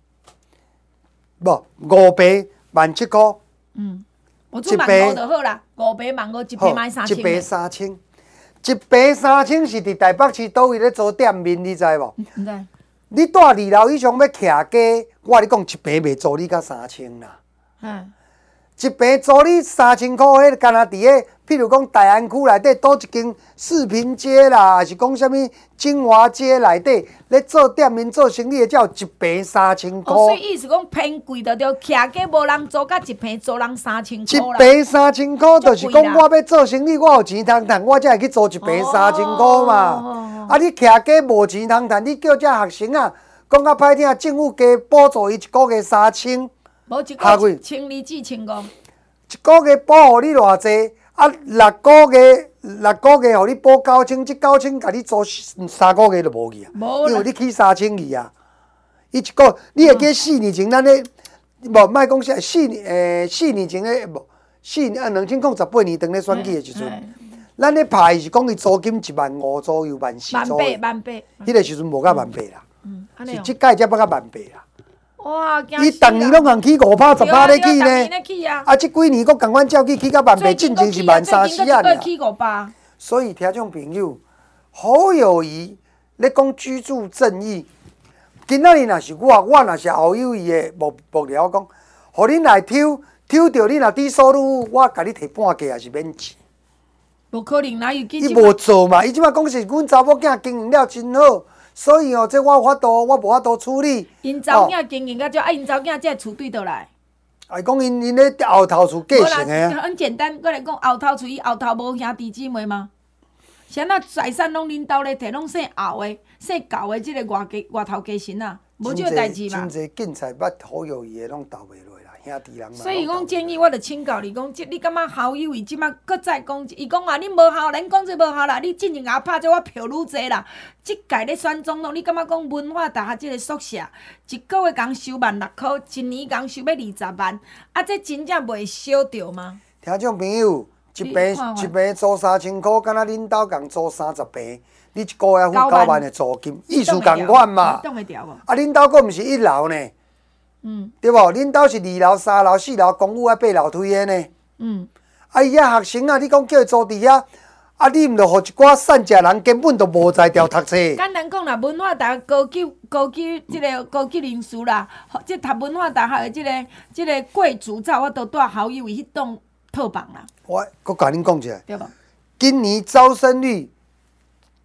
无五平万七箍。 嗯，我做万五就好啦，五平万五，一平买三千。 一平三千，一平三千是伫台北市倒位咧租店面，你知无？ 毋知。 你住二楼以上要徛家，我你讲一平袂租你到三千啦。 嗯。 一平租你三千块，迄干那伫个，譬如讲大安区内底倒一间四平街啦，还是讲啥物金华街内底咧做店面做生意的，才有一平三千块。 哦，所以意思讲偏贵的，着徛家无人租，甲一平租人三千块啦。 一平三千块，就是讲我要做生意，我有钱通赚，我才会去租一平三千块嘛。哦、啊，你徛家无钱通赚，你叫这学生啊，讲较歹听，政府加补助伊一个月三千。 无一个月千二至千五， 一个月补互你偌济？啊，六个月六个月互你补九千，即九千甲你租三个月就无去啊。因为你起三千二啊。伊一个，你会记四年前咱咧，无莫讲啥，四年诶四年前咧无四啊两千零十八年当咧选举的时阵，咱咧拍是讲伊租金一万五左右，万四左右。 万八万八。 迄个时阵无到万八啦， 嗯， 是即届才要到万八啦。 哇！ 伊逐年拢共起五趴、十趴咧起呢。 啊，即几年佫共阮照起，起到万八，进前是万三四啊尔。所以听众朋友，好友谊咧讲居住正义。今仔日若是我，我若是好友谊的幕幕僚讲，互恁来抽，抽着你若低收入，我甲你摕半价也是免钱。 无可能哪有？ 伊无做嘛，伊即摆讲是阮查某囝经营了真好。所以哦，这我有法度，我无法度处理。 因查某囝经营较少，啊，因查某囝这厝对倒来。 啊，讲因因咧后头厝继承的啊。 很简单，我来讲后头厝，伊后头无兄弟姊妹吗？是安那财产拢恁兜咧摕，拢姓后的、姓旧的，即个外家外头家神啊，无即个代志嘛。 真侪竞赛捌好友谊的拢斗袂落啦，兄弟人嘛。 所以讲建议我着请教你讲，即你感觉好友谊即摆搁再讲，伊讲啊，你无效，咱讲这无效啦，你进前也拍这我票愈济啦。即届咧选总统，你感觉讲文化大学即个宿舍，一个月共收万六箍，一年共收要二十万，啊，这真正袂少着吗？ 听众朋友，一平一平租三千箍，敢若恁兜共租三十平，你一个月付九万的租金，意思共款嘛？ 挡会掉无？ 啊，恁兜佫毋是一楼呢？嗯，对无？恁兜是二楼、三楼、四楼，公寓啊八楼推的呢？嗯，啊，伊遐学生啊，你讲叫伊租伫遐？啊！你毋着互一寡善食人根本就无才调读册。 简单讲啦，文化大学高级高级即个高级人士啦，即读文化大学的即个即个贵族，才有法度住好友伊迄栋套房啦。 我搁甲恁讲一下， 对无？ 今年招生率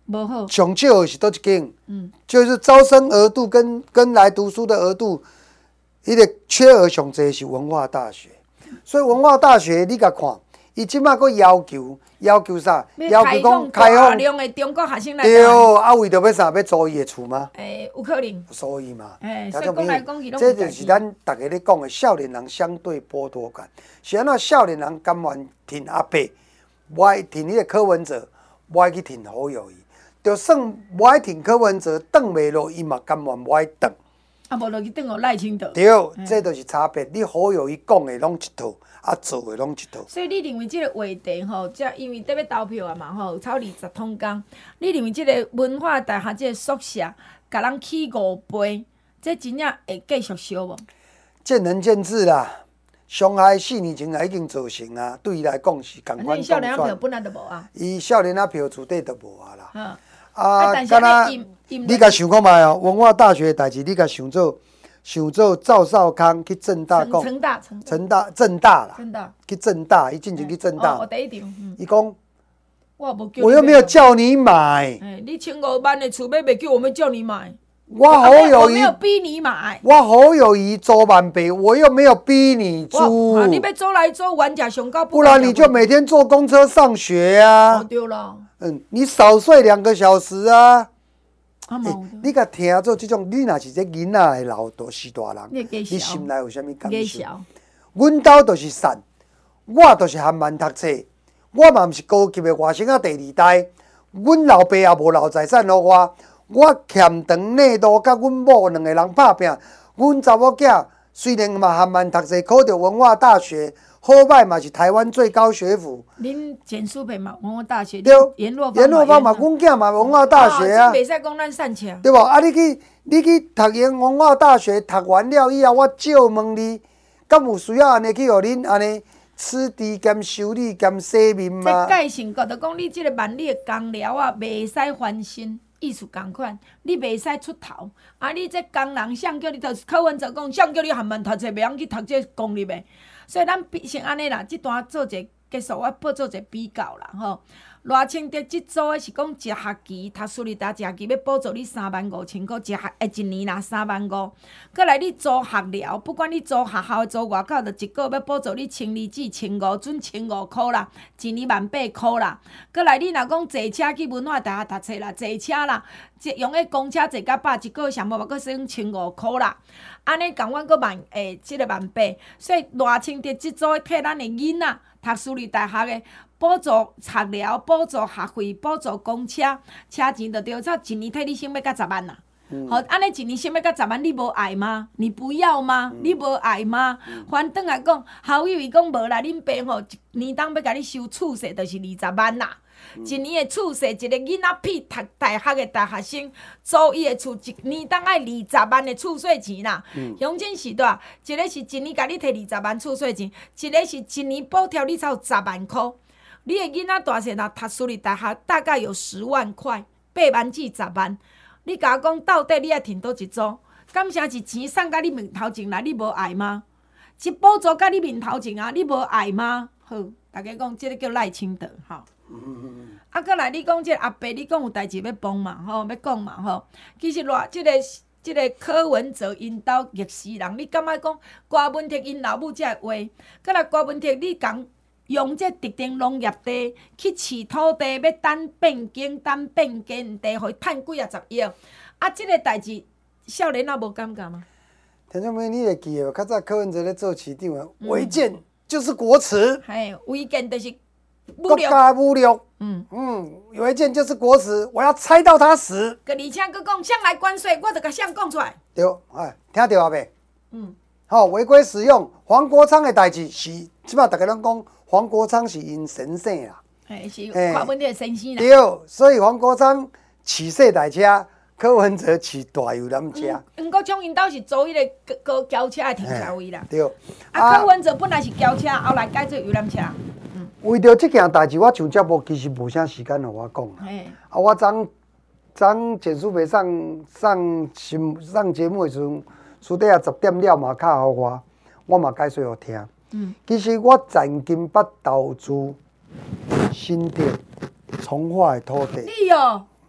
无好。 上少的是倒一间？ 嗯， 就是招生额度跟跟来读书的额度，迄个缺额上侪是文化大学。所以文化大学你甲看，伊即摆佫要求要求啥？要求讲开放大量的中国学生来。 对，啊，为着要啥？要租伊的厝吗？ 诶，有可能。 所以嘛， 诶，所以讲来讲去拢这就是咱逐个咧讲的少年人相对剥夺感。是安怎少年人甘愿挺阿伯，无爱挺迄个柯文哲，无爱去挺侯友宜。就算无爱挺柯文哲，转袂落，伊嘛甘愿无爱转。 啊，无落去转互赖清德。 对，这就是差别。你侯友宜讲的拢一套，啊做的拢一套。 所以你认为即个话题吼，即因为得要投票啊嘛吼，有超二十通工。你认为即个文化大学即个宿舍，甲人起五倍，这真正会继续烧无？ 见仁见智啦。上海四年前也已经做成啊，对伊来讲是共款少年仔票本来就无啊。 伊少年仔票厝底就无啊啦。 啊， 啊， 但是敢若因因你甲想看觅哦，文化大学的代志，你甲想做想做赵少康去政大讲， 成大成成大政大啦， 真的。 去政大，伊进前去政哦， 大我，第一场，嗯， 伊讲我无叫。 我又没有。叫你买， 哎，你千五万的厝买袂起，我们叫你买。 我侯我友谊没有，逼你买。 我侯友谊租万倍，我又没有逼你租哇，，你要走来走，玩家上高， 不然你就每天坐公车上学啊哦，。对了， 嗯，你少睡两个小时啊。 啊欸冇。 你甲听做这种，你若是这囡仔的老大是大人， 你会你心内有啥物感计受？ 小。 阮兜就是散，我就是含慢读册，我嘛毋是高级的外省仔第二代，阮老爸也无留财产互我，我欠长内都甲阮某两个人拍拼，阮查某囝虽然嘛含慢读册，考着文化大学，好歹嘛是台湾最高学府。 恁简书培嘛，文化大学。 对， 联络联络方嘛，阮囝嘛文化大学啊。 袂使讲咱散车。 对无？啊，你去你去读完文化大学，读完了以后，我借问你，敢有需要安尼去互恁安尼此地兼修理兼洗面吗？ 这介绍过，就讲你即个万里的工寮啊，袂使翻新。意思共款，你袂使出头。啊，你这工人想叫你读，柯文哲讲想叫你含慢读册，袂晓去读这公立的。所以咱必先安尼啦，即段做一个结束，我要做一个比较啦，吼。赖清德即组的是讲一学期读私立大学期要补助你三万五千箍，一学诶一年啦三万五。过来你租学寮，不管你租学校租外口，就一个月要补助你千二至千五，准千五箍啦，一年万八箍啦。过来你若讲坐车去文化大学读册啦，坐车啦，即用迄公车坐甲饱，一个月上无嘛，佫算千五箍啦。安尼共阮佫万诶，即、这个万八，所以赖清德即组替咱的囡仔读私立大学的。补助学寮、补助学费、补助公车，车钱就对，差一年替你省要到十万啦。好、嗯，安尼一年省要到十万，你无爱吗？你不要吗？嗯、你无爱吗？反倒来讲，校友伊讲无啦，恁爸吼一年当要甲你收厝税，就是二十万啦。嗯、一年的厝税，一个囡仔屁读大学的大学生，租伊的厝一年当爱二十万的厝税钱啦。乡亲是多，一个是一年甲你摕二十万厝税钱，一个是一年补贴你才有十万箍。你的囡仔大细若读私立大学，大概有十万块，八万至十万。你甲我讲，到底你爱摕倒一组？敢啥是钱送到你面头前来？你无爱吗？是补助到你面头前啊？你无爱吗？好，大家讲，即、这个叫赖清德，吼。啊，过来你讲即个阿伯，你讲有代志要帮嘛？吼，要讲嘛？吼。其实偌即、这个即、这个柯文哲因兜逆死人，你感觉讲郭文婷因老母遮话？过来郭文婷，你讲。用这特定农业地去饲土地，要等变更、等变更地，互伊趁几啊十亿。啊，即、这个代志，少年仔无感觉吗？ 听众朋友，你会记哦？较早柯文哲咧做市长的，违建就是国耻。 嘿，违建就是国家侮辱。 嗯嗯，违建就是国耻，我要拆到他死。 个而且佫讲，谁来关税，我就甲谁讲出来。 对，哎，听到啊未？ 嗯。 好、哦，违规使用黄国昌的代志是，即摆大家拢讲黄国昌是因先生啦， 嘿，是看问题的先生啦。 对，所以黄国昌饲细台车，柯文哲饲大游览车。 黄国昌因兜是租迄个高轿车的停车位啦。 对。 啊，柯文哲本来是轿车，后来改做游览车。 嗯。为着即件代志，我上节目其实无啥时间互我讲啦。 嘿。 啊，我昨昨简书培上上新上节目的时阵。私底下十点了嘛，敲互我，我嘛解说互听。嗯，其实我曾经捌投资新店从化的土地。 你哦，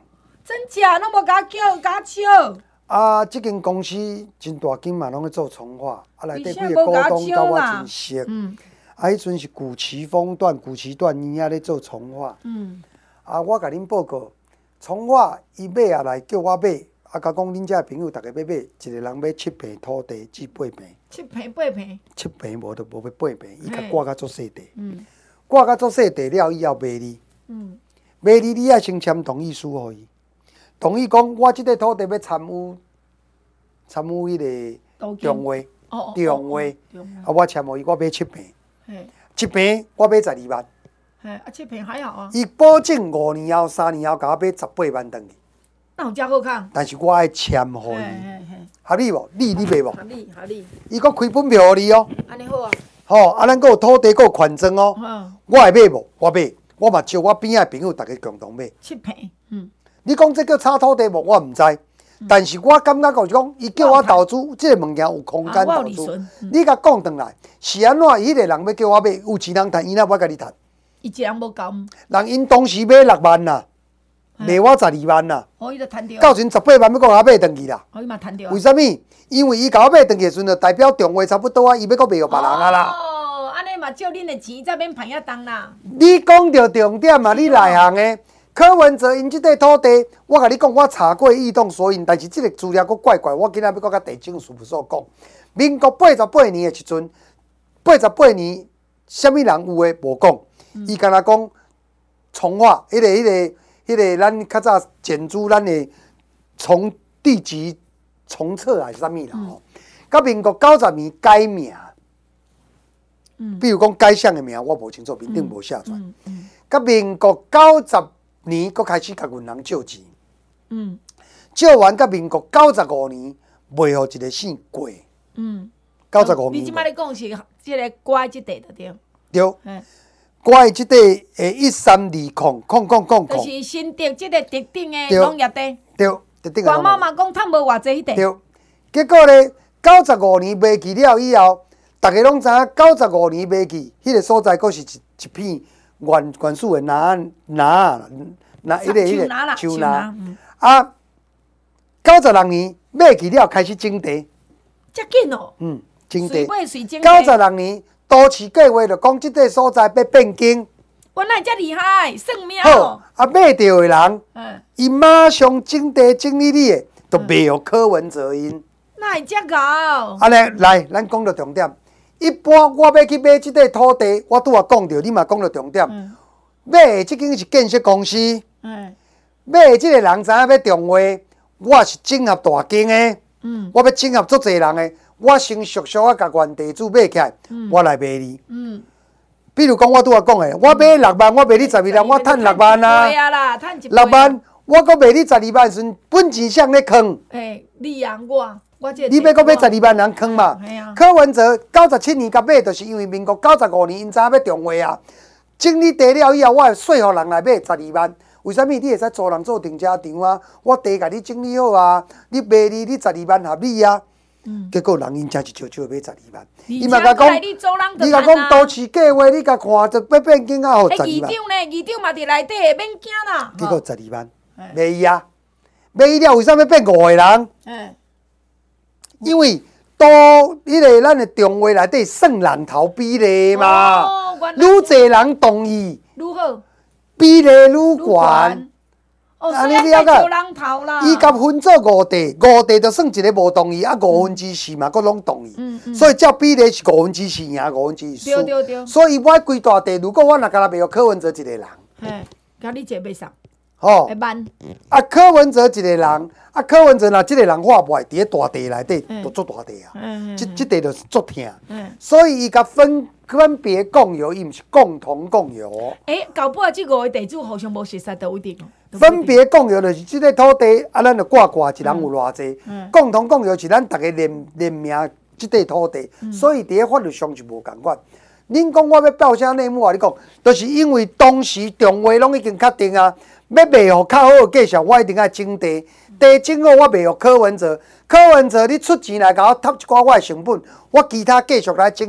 真假？拢无甲叫甲笑。 啊，即间公司真大间嘛，拢咧做从化，啊内底几为个股啥无甲笑东甲我啦真熟。 嗯啊，迄阵是古奇风段、古奇段医啊咧做从化。 嗯， 啊，我甲恁报告，从化伊买下来叫我买，啊，甲讲恁遮朋友逐个要买，一个人买七平土地至八平， 七平八平。 七平无就无要八平，伊甲挂甲做细地， 嗯挂甲做细地了以后卖你， 嗯卖你你爱先签同意书互伊，同意讲我即个土地要参与参与迄都个中划， 哦哦中划， 中啊，我签互伊，我买七平， 嘿， 一平我买十二万， 嘿，啊七平还好啊。 伊保证五年后、三年后甲我买十八万转去， 那有遮好康。 但是我爱签互嘿伊， 嘿嘿， 合理无？你你买无？ 合理合理， 伊搁开本票互你哦， 安尼好啊。 吼，啊，咱搁有土地，搁有权证哦。 嗯， 我会买无？我买，我嘛招我边仔朋友，逐个共同买。 七平，嗯， 你讲这叫炒土地无？我毋知，但是我感觉就是讲，伊叫我投资，即个物件有空间啊我有投资利润。 你甲讲转来，是安怎？迄个人要叫我买，有钱人趁伊那我甲你趁， 伊一人无够， 人因当时买六万啦，卖我十二万啦， 哦，伊就趁着， 到时十八万要搁我买转去啦。 哦，伊嘛趁着。 为什么？因为伊甲我买转去的时阵，就代表中话差不多啊，伊要搁卖互别人啊啦。 哦，安尼嘛借恁的钱，才免赚遐重啦。 你讲到重点啊！你内行的柯文哲因即块土地，我甲你讲，我查过异动索引，但是即个资料佫怪怪，我今仔要搁甲地政事务所讲。民国八十八年的时阵，八十八年，什物人有诶无讲？伊敢若讲从化，迄、那个、迄、那个、迄、那个，咱较早减租咱的从地级重册还是啥物啦吼？到、民国九十年改名。比如讲改相的名，我无清楚，面顶无写出来。 嗯嗯到民国九十年，佫开始甲银行借钱， 嗯借完到民国九十五年，卖互一个姓过。 嗯。 九十五年你即摆咧讲是即个乖即地就对。 对， 嘿， 我的即块诶一三二空空空空就空， 是新竹即个特定的对农业地。 对，特定官猫嘛讲趁无偌济迄地。 对，结果咧，九十五年卖去了以后，大家拢知影，九十五年卖去，迄、那个所在佫是一一片原原始的拿拿拿迄个迄树拿啦个树树拿拿嗯。 啊，九十六年卖去了，开始种地， 遮紧哦。 嗯，种随地。 买随种九十六年都市计划就讲，即个所在要变更， 原来遮厉害，算命好哦。 啊，买着的人， 嗯， 伊马上种地整理你的，就卖互柯文哲因。 那会遮高？ 安尼来，咱讲到重点。一般我要去买即块土地，我拄啊讲着，你嘛讲到重点。 嗯买的即间是建设公司， 嗯买的即个人知影要重划，我是整合大间的， 嗯我要整合足侪人的，我先熟熟啊，甲原地主买起来，我来卖你。 嗯。 比如讲，我拄啊讲的，我买六万，我卖你十二万，我趁六万啊对。啊啦，趁一倍六万，我搁卖你十二万时，本钱谁咧坑？ 诶，你啊我，我这你要搁买十二万人坑嘛嘿啊？ 柯文哲九十七年甲买，就是因为民国九十五年因知影要重划啊。整理地了以后，我会说服人来买十二万。为什么？你会使租人做停车场啊？我地甲你整理好啊，你卖你你十二万合理啊。 嗯结果人因真是少少买十二万。 伊嘛甲讲， 你做人就你甲讲都市计划，你甲看就要变更啊，好十诶，议二万。 长呢？议长嘛伫内底，免惊啦。 结果十二万卖伊啊，卖伊了，为什么要变五个人？ 诶， 因为都迄个咱的中划内底算人头比例嘛， 哦原来愈侪人同意， 如何？ 比例愈愈悬。 哦， 啊所以你了解要招人头啦。 伊甲分做五地，五地就算一个无同意，啊五分之四嘛，佫拢同意。 嗯嗯所以照比例是五分之四赢，五分之四输。 对对对所以我规大地，如果我若敢若卖互柯文哲一个人， 嘿，甲你一个买啥？ 吼、 会慢。 啊柯文哲一个人，啊柯文哲若即个人话不伫咧大地内底， 嗯就做大地啊。 嗯即即地就是足疼。 嗯。 所以伊甲分分别共有，伊毋是共同共有哦。 诶，搞不好即五个地主互相无熟识，都有一定哦。 分别共有就是即个土地，啊，咱就挂挂一人有偌济。 嗯共同共有是咱逐个联联名即块土地，所以伫咧法律上是无共款。恁讲我要报啥内幕啊？你讲，就是因为当时中划拢已经确定啊，要卖互较好的计数，我一定爱整地，地整好我卖互柯文哲。柯文哲你出钱来甲我摊一寡我的成本，我其他继续来整合。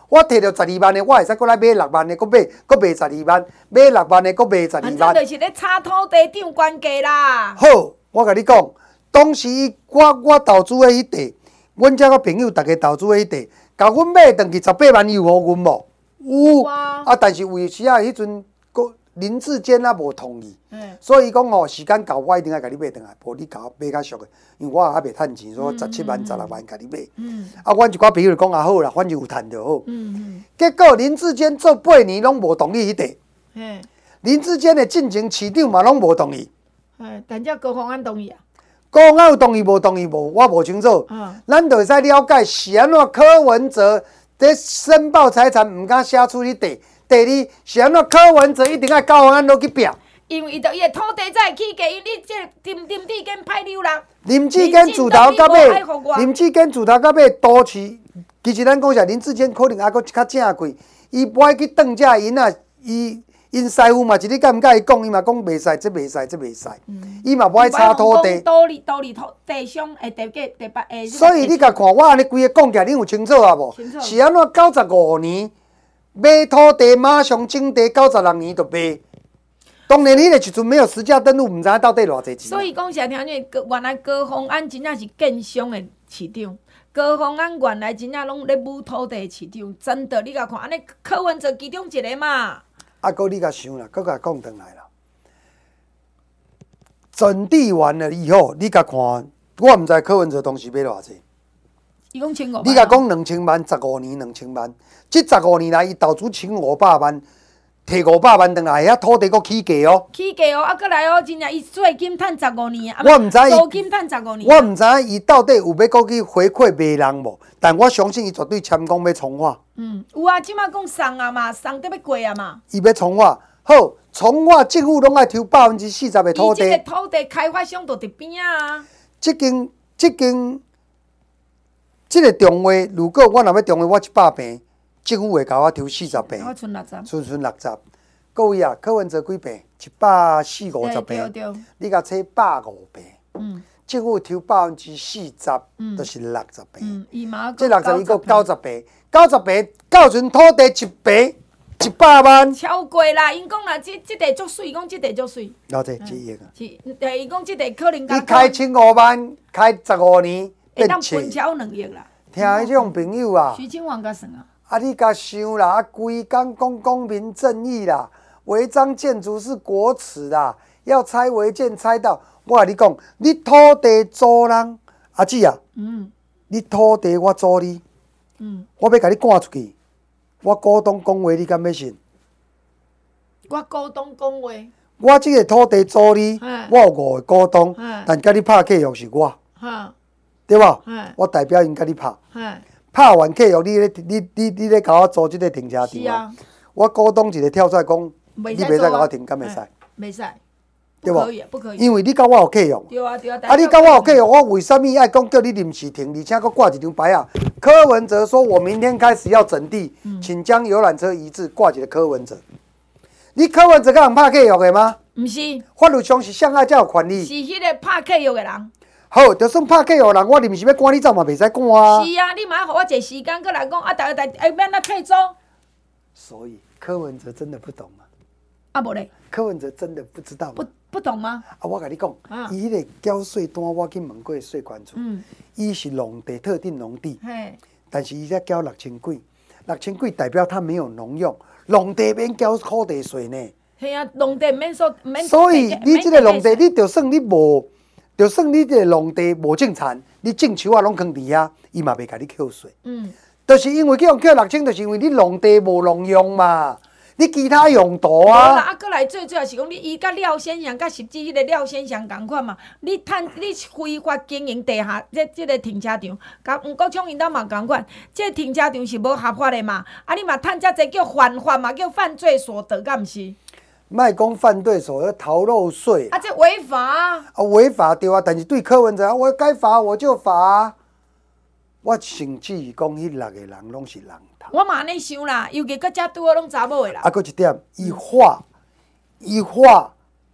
我摕到十二万的，我会使过来买六万的，搁买搁卖十二万，买六万的，搁卖十二反万。 正就是咧炒土地涨关价啦。 好，我甲你讲，当时我我投资的迄地，阮遮个朋友逐个投资的迄地，甲阮买转去十八万有互阮无？有。啊，但是为时啊，迄阵个林志坚啊无同意， 嗯、 所以讲吼，时间到我一定要甲你买转来，无你甲我买较俗的，因为我也还袂趁钱，所以我十七万、十六万甲你买。 嗯。 啊，阮一寡朋友就讲啊好啦，反正有趁就好。 嗯嗯。 结果林志坚做八年拢无同意迄地， 嘿。 林志坚的进前市长嘛拢无同意。 嘿，但只高鸿安同意啊。 高鸿安有同意无同意无？我无清楚。 嗯。 咱就会使了解是安怎柯文哲在申报财产毋敢写出去地。第二是安怎柯文哲一定要高鸿安落去拼。 因为伊着伊的土地才会起价，因为你这林林志坚歹溜人。 林志坚自头到尾，林志坚自头到尾都市，其实咱讲是林志坚可能还佫较正贵，伊不爱去当遮因啊，伊因师傅嘛，一日甲毋甲伊讲，伊嘛讲袂使，这袂使，这袂使，伊嘛不爱炒土地。 道理道理土地商诶，地价地八诶。 所以你甲看我安尼规个讲起来，恁有清楚啊无？是安怎九十五年买土地，马上种地，九十六年就卖。当然，迄个时阵没有实价登录，毋知影到底偌济钱。 所以讲，是听见原来高鸿安真正是建商的市长，高鸿安原来真正拢咧舞土地的市长，真的，你甲看，安尼柯文哲其中一个嘛。啊， 搁你甲想啦，搁甲讲转来啦。整地完了以后，你甲看，我毋知柯文哲当时买偌济。 伊讲千五万。 你甲讲两千万，十五年两千万，即十五年来，伊投资千五百万。摕五百万转来，遐土地阁起价哦。 起价哦，啊，搁来哦，真正伊税金趁十五年啊， 我毋知伊租金趁十五年。 我毋知影伊到底有要阁去回馈卖人无，但我相信伊绝对签讲要从化。 嗯，有啊，即摆讲送啊嘛，送得要过啊嘛。 伊要从化，好，从化政府拢爱抽百分之四十的土地。 伊即个土地开发商就伫边啊。 即间即间即个中华，如果我若要中华，我一百平。政府会甲我抽四十平， 我剩六十， 剩剩六十。各位啊，柯文哲几平？一百四五十平。 对对。 你甲猜百五平。 嗯。 政府抽百分之四十，就是六十平。 嗯，伊嘛这六十伊个九十平，九十平到阵土地一平一百万。 超过啦！因讲啦，即即地足水，讲即地足水。 了解，几亿啊？ 是，诶，伊讲即地可能。 你开千五万，开十五年变千。 会当分超两亿啦。 听迄种朋友啊。 徐清华甲算啊。 啊！你甲想啦，啊，规工讲公平正义啦，违章建筑是国耻啦，要拆违建拆到。我甲你讲，你土地租人，阿姊啊，嗯，你土地我租你，嗯，我要甲你赶出去，我股东讲话你敢要信？ 我股东讲话。 我即个土地租你，我有五个股东，但甲你拍契约是我，对吧？我代表因甲你拍。拍完契约，你咧你你你咧甲我租即个停车场啊？我股东一个跳出来讲，你袂使甲我停，敢袂使？ 袂使， 对不可以，不可以。 因为你甲我有契约。 对啊对啊。 啊，你甲我有契约，我为什么爱讲叫你临时停，而且佫挂一张牌啊？柯文哲说：“我明天开始要整地，请将游览车移至。”挂一个柯文哲。你柯文哲甲人拍契约的吗？ 毋是。 法律上是谁爱才有权利？ 是迄个拍契约的人。 好，就算拍契约人，我临时要赶你走嘛，袂使赶啊。 是啊，你嘛互我一个时间，过来讲啊，逐个代哎免那退租。 所以柯文哲真的不懂吗？ 啊，无咧。 柯文哲真的不知道吗？ 不不懂吗？ 啊，我甲你讲，伊迄个缴税单，我去问过税管处，伊是农地特定农地，但是伊才缴六千几，六千几代表他没有农用，农地免缴土地税呢。 系啊，农地免收免。 所以你即个农地，你就算你无。就算你这个农地无种田，你种树啊拢囥伫遐，伊嘛袂甲你扣税。嗯，就是因为叫人扣六千，就是因为你农地无农用嘛，你其他用途啊。 啊，过来最主要是讲你伊甲廖先祥甲实际迄个廖先祥共款嘛，你趁你非法经营地下这这个停车场，甲吴国昌因兜嘛共款，这停车场是无合法的嘛，啊你嘛趁遮济叫犯法嘛，叫犯罪所得，敢毋是？ 莫讲犯罪所得逃漏税啊，这违法啊！ 啊，违法对啊，但是对柯文哲，我该罚我就罚。我甚至于讲，迄六个人拢是人头。 我嘛安尼想啦，尤其搁遮拄好拢查某的啦。 啊，搁一点，伊画，伊画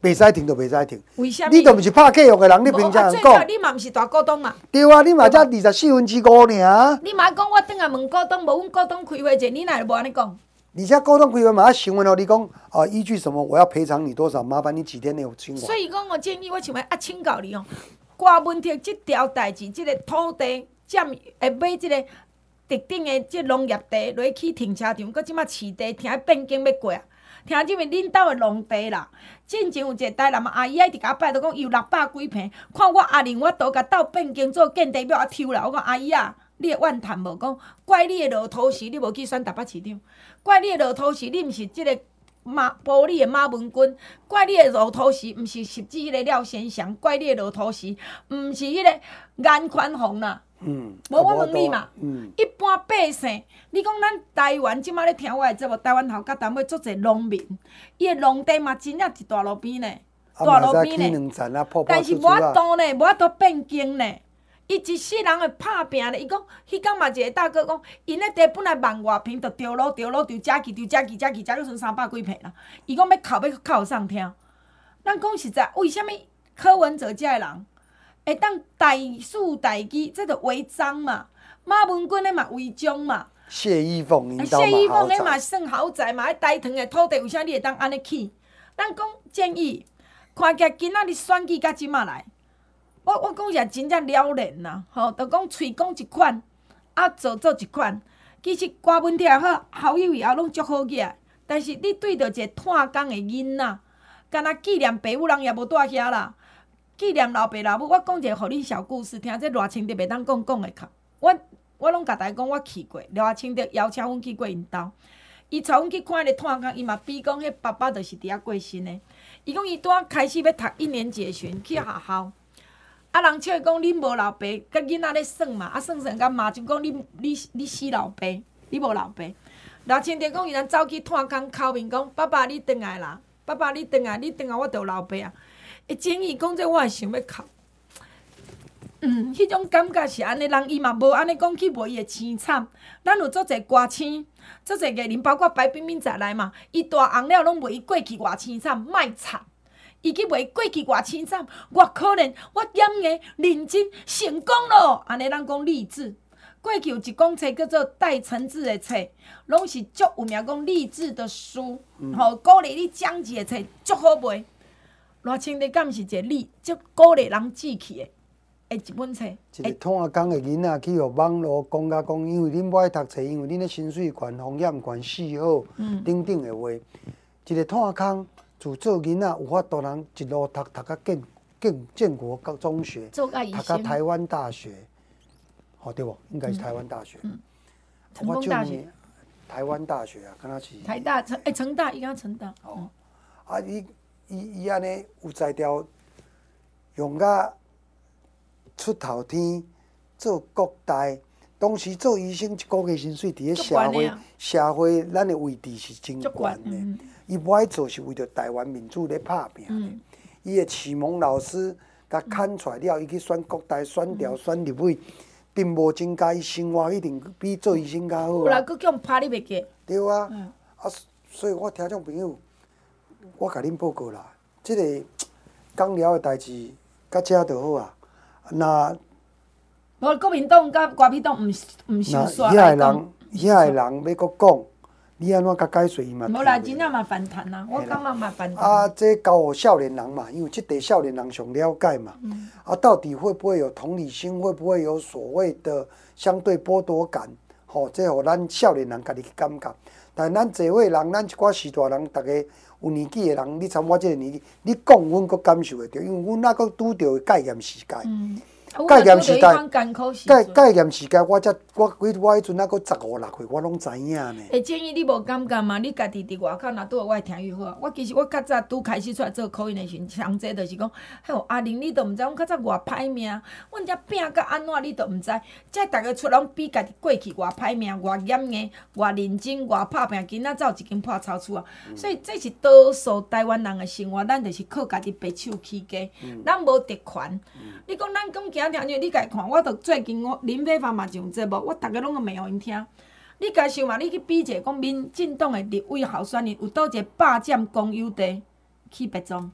袂使停就袂使停。 为什么？ 你都毋是拍客户的人，你无平常人啊最早讲。 你嘛毋是大股东嘛？ 对啊，你嘛才二十四分之五尔。 你嘛讲我等下问股东，无阮股东开会者，你哪会无安尼讲？ 而且股东开会嘛要询问哦，你讲啊，依据什么我要赔偿你多少？麻烦你几天内有清完。 所以讲，我建议我想要啊，请教你哦，瓜文铁即条代志，即、这个土地占会买即个特定的即农业地落去停车场，佮即马市地听变更要过啊。听即面恁兜的农地啦，进前有一个台南阿姨，一直甲我拜托讲，有六百几坪，看我阿玲我都甲斗变更做建地表啊抽啦。我讲阿姨啊，你的怨叹无？讲怪你的落土时，你无去选台北市长；怪你的落土时，你毋是即个马玻璃的马文君；怪你的落土时，毋是甚至迄个廖先祥；怪你的落土时，毋是迄个颜宽宏啦。 嗯， 无我问你嘛， 嗯， 一般百姓，你讲咱台湾即摆咧听我的节目，台湾头壳淡薄足侪农民，伊的农地嘛真正伫大路边呢，大路边呢， 两层啊，破破但是无法出出啊。 度呢，无法度变更呢。伊一世人会拍拼咧，伊讲，迄天嘛一个大哥讲，因迄地本来万外平，着着路着路着遮去着遮去遮去，遮去剩三百几平啦。伊讲要哭要哭上听，咱讲实在，为什物柯文哲遮个人？会当代事代机，这着违章嘛。马文君咧嘛违章嘛。 谢依凤因兜谢依嘛豪凤咧嘛宅。 算豪宅嘛，迄台糖的土地，为啥你会当安尼起？咱讲建议，看起来今仔日选举到即马来，我我讲也真正了然啦，吼，就讲喙讲一款，啊做做一款。其实瓜文铁也好，好友也好，拢足好个。但是你对着一个炭工的囡仔，敢若纪念爸母人也无住遐啦。纪念老爸老母，我讲一个互恁小故事听，这偌清德袂当讲讲会较。我我拢甲大家讲，我去过，偌清德邀请阮去过因兜。伊带阮去看迄个炭工，伊嘛比讲迄爸爸就是伫遐过身的。伊讲伊拄仔开始要读一年级的时阵去学校，啊人笑伊讲恁无老爸，甲囡仔咧算嘛，啊算算甲骂就讲你你你死老爸，你无老爸。偌清德讲伊人走去炭工口面讲，爸爸你转来啦，爸爸你转来，你转来我就有老爸啊。会建议讲这我会想要哭，嗯，迄种感觉是安尼，人伊嘛无安尼讲去卖伊的青惨。咱有足侪歌星，足侪艺人，包括白冰冰在内嘛，伊大红了拢卖伊过去偌青惨，卖惨。伊去卖过去偌青惨，我可能我演艺认真成功咯，安尼咱讲励志。过去有一本册叫做戴承志的册，拢是足有名讲励志的书，吼、鼓励你讲义的册，足好卖。偌清德敢是一个励，足鼓励人志气的，的一本册。 一个炭工的囡仔去互网络讲甲讲，因为恁无爱读册，因为恁的薪水悬、风险悬、四好，等等的话，一个炭工自做囡仔有法度人一路读读到建建建国高中学， 做甲医读到生， 台湾大学，哦对无？应该是台湾大学。 成功大学， 台湾大学啊，敢若是。 台大成诶，成大伊讲成大。 哦，啊伊伊伊安尼有才调，用甲出头天做国大，当时做医生一个月薪水伫咧社会社会咱的位置是真悬的。伊无爱做是为着台湾民主咧拍拼的。伊的启蒙老师甲砍出来了，伊去选国大，选调选入去，并无增加伊生活一定比做医生较好有啦， 啊。 佫叫拍你袂记。 对啊，啊，所以我听众朋友。我甲恁报告啦，即、这个讲了的代志，到遮就好啊。那无国民党甲国民党毋毋收那煞遐个来讲人，遐个人要搁讲，你安怎甲解说伊嘛？ 无啦，真正嘛反弹啦，我感觉嘛反弹。 啊，这交互少年人嘛，因为即地少年人上了解嘛。嗯、啊，到底会不会有同理心？会不会有所谓的相对剥夺感？吼、哦，这互咱少年人家己去感觉。但咱侪位人，咱一寡时大人，逐个有年纪的人，你参我即个年纪，你讲阮阁感受会着，因为阮哪阁拄着戒严时界。 嗯戒严时代，戒戒严时界，我才我我我迄阵还阁十五六岁，我拢知影呢。 会建议你无感觉嘛？你家己伫外口若拄好，我会听越好。我其实我较早拄开始出来做口音的时阵，上济就是讲，嘿，阿玲你都毋知，阮较早偌歹命，阮遮拼甲安怎你都毋知。遮逐个出拢比家己过去偌歹命、偌严硬、偌认真、偌拍拼，今仔才有一间破草厝啊！嗯、所以这是多数台湾人的生活，咱就是靠家己白手起家，嗯、咱无特权。嗯、你讲咱讲今听你家看，我著最近我林飞芳嘛上节目，我逐个拢个骂互因听。你家想嘛，你去比者讲民进党的立委候选人有倒一个霸占公有地去白庄，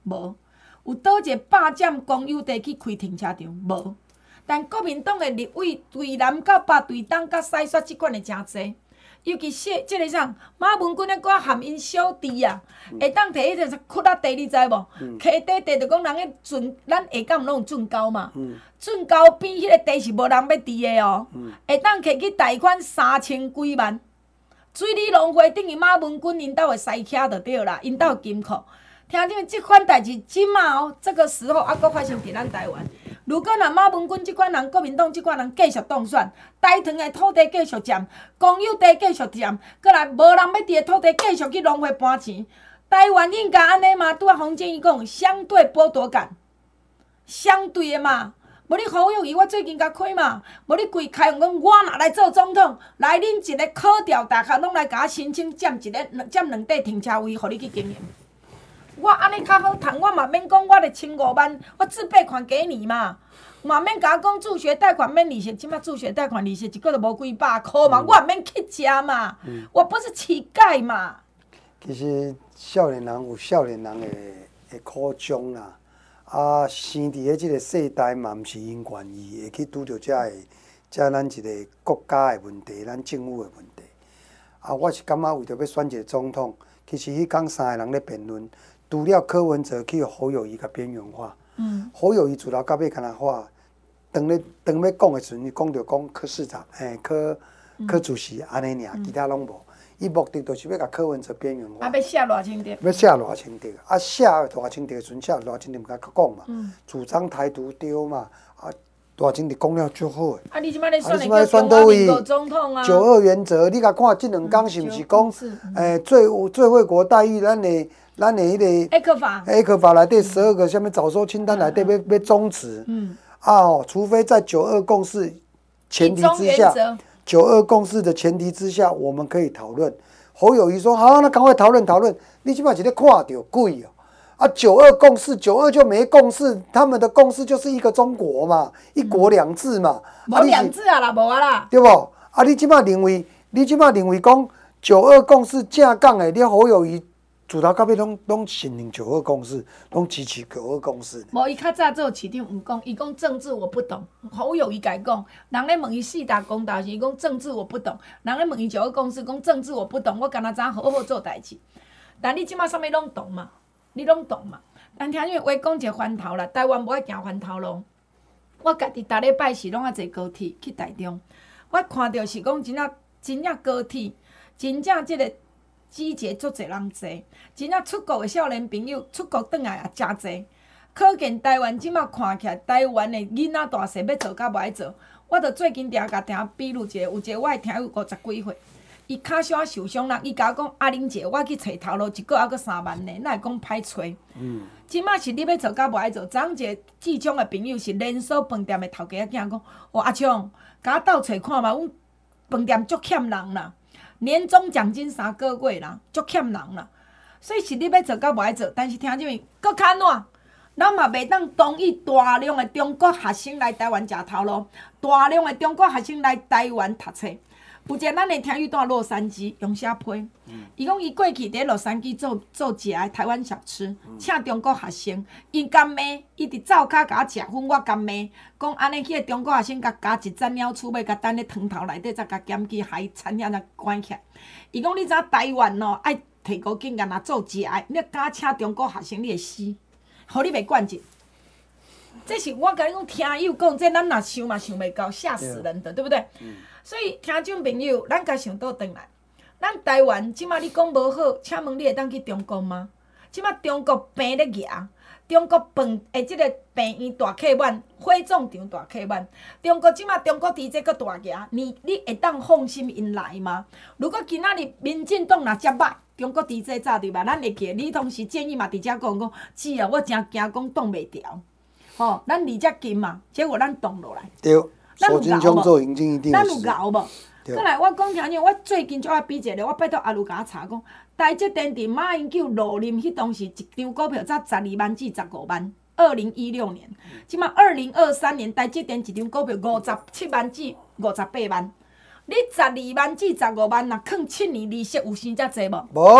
无。有倒一个霸占公有地去开停车场？无。但国民党的立委对南到北、对东到西选即款的真济。尤其说即个啥马文君咧，我含因小弟啊，会当摕迄个窟仔地，你知无？溪底地就讲人迄圳，咱下港拢有圳沟嘛。圳沟边迄个地是无人要治的哦，会当摕去贷款三千几万。水利农会等于马文君因兜的西徛就对啦，因兜金库。听见即款代志，即马哦，这个时候还佫发生伫咱台湾。如果若马文君即款人、国民党即款人继续当选，台糖的土地继续占，公有地继续占，过来无人要伫的土地继续去农会搬钱，台湾应该安尼嘛？拄啊，洪建义讲相对剥夺感，相对的嘛。无你侯友宜，我最近甲开嘛，无你规开讲我若来做总统，来恁一个考调大学拢来甲我申请占一个占两块停车位，互你去经营。我安尼较好趁，我嘛免讲，我著千五万，我自备款给你嘛，嘛免甲我讲助学贷款免利息，即摆助学贷款利息一个都无几百箍嘛，嗯、我也免去食嘛，嗯、我不是乞丐嘛。 其实少年人有少年人的的苦衷啦，啊，生伫咧即个世代嘛，毋是因愿意会去拄着遮个遮咱一个国家的问题，咱政府的问题。啊，我是感觉为着要选一个总统，其实迄讲三个人咧辩论。除了柯文哲去侯友宜甲边缘化，嗯、侯友宜自头到尾敢若话，当咧当要讲的时阵，伊讲着讲柯市长，诶、欸、柯柯主席安尼尔，其他拢无。伊目的就是要甲柯文哲边缘化。 啊，要写偌清碟？ 要写偌清碟？啊，写偌清碟的时阵，写偌清碟，毋甲讲嘛，嗯、主張台獨對嘛，啊，偌清碟讲了足好诶。 啊，你即擺咧選的叫中華民國總統啊？ 九二原則，你甲看即兩講是毋是講？誒、欸，最最惠國待遇，咱的。咱的迄个 A 克法 ，A 克法内底十二个下面早收清单内底要要终止，嗯，啊哦，除非在九二共识前提之下，九二共识的前提之下，我们可以讨论。侯友宜说好，那赶快讨论讨论。你起码是咧看到贵哦，啊，九二共识，九二就没共识，他们的共识就是一个中国嘛，一国两制嘛， 无两制啊啦，无啊啦， 对不？啊，你即摆认为，你即摆认为讲九二共识正港的，你侯友宜。自头到尾拢拢承认九二共识，拢支持九二共识。 无，伊较早做市长毋讲，伊讲政治我不懂。侯友宜家讲，人咧问伊四大公道时，伊讲政治我不懂。人咧问伊九二共识，讲政治我不懂。我干那知好好做代志。但你即马啥物拢懂嘛？你拢懂嘛？但听你话讲一个翻头啦，台湾无爱行翻头路。我家己逐礼拜是拢爱坐高铁去台中，我看到是讲真正真正高铁，真正即个。季节足侪人坐，真正出国的少年朋友出国转来也真侪。可见台湾即马看起来，台湾的囡仔大细要做甲无爱做。我着最近定甲定比如一个，有一个我的听友五十几岁，伊骹小受伤啦，伊甲我讲阿玲姐，我去找头路，一个还阁三万呢，哪会讲歹找？嗯。即马是你要做甲无爱做，昨一个志忠的朋友是连锁饭店的头家仔囝讲，哦阿昌，甲我斗找看嘛，阮饭店足欠人啦。年终奖金三个月啦，足欠人啦，所以是你要做甲无爱做，但是听这面搁较怎？咱嘛袂当同意大量的中国学生来台湾食头路，大量的中国学生来台湾读册。有一个咱的听友住洛杉矶，用写批，伊讲伊过去伫洛杉矶做做食的台湾小吃，请中国学生，因甘骂，伊伫灶骹甲我食薰，我甘骂，讲安尼迄个中国学生甲加一盏鸟厝尾，甲等咧汤头内底，再甲检去海产遐才关起来。伊讲你知台湾哦，爱提高警员若做食的，你敢请中国学生，你会死，互你袂惯进。这是我甲你讲，听友讲，这咱若想嘛想袂到，吓死人的，对不对？嗯、所以听众朋友，咱甲想倒转来，咱台湾即马你讲无好，请问你会当去中国吗？即马中国病咧牙，中国饭诶，即个病院大客满，火葬场大客满。中国即马中国伫这个大牙，你你会当放心因来吗？如果今仔日民进党若接歹，中国伫这早对吧？咱会记，你同时建议嘛，伫遮讲讲，是啊，我真惊讲挡袂牢。吼，咱离遮近嘛，结果咱挡落来。 对，手真枪做行政一定。 咱有熬无？再来，我讲听听，我最近就爱比一个，我拜托阿鲁甲我查讲，台积电伫马英九落任迄当时，一张股票才十二万至十五万。二零一六年，即马二零二三年，台积电一张股票五十七万至五十八万。你十二万至十五万，若囥七年利息有生遮济无？ 无。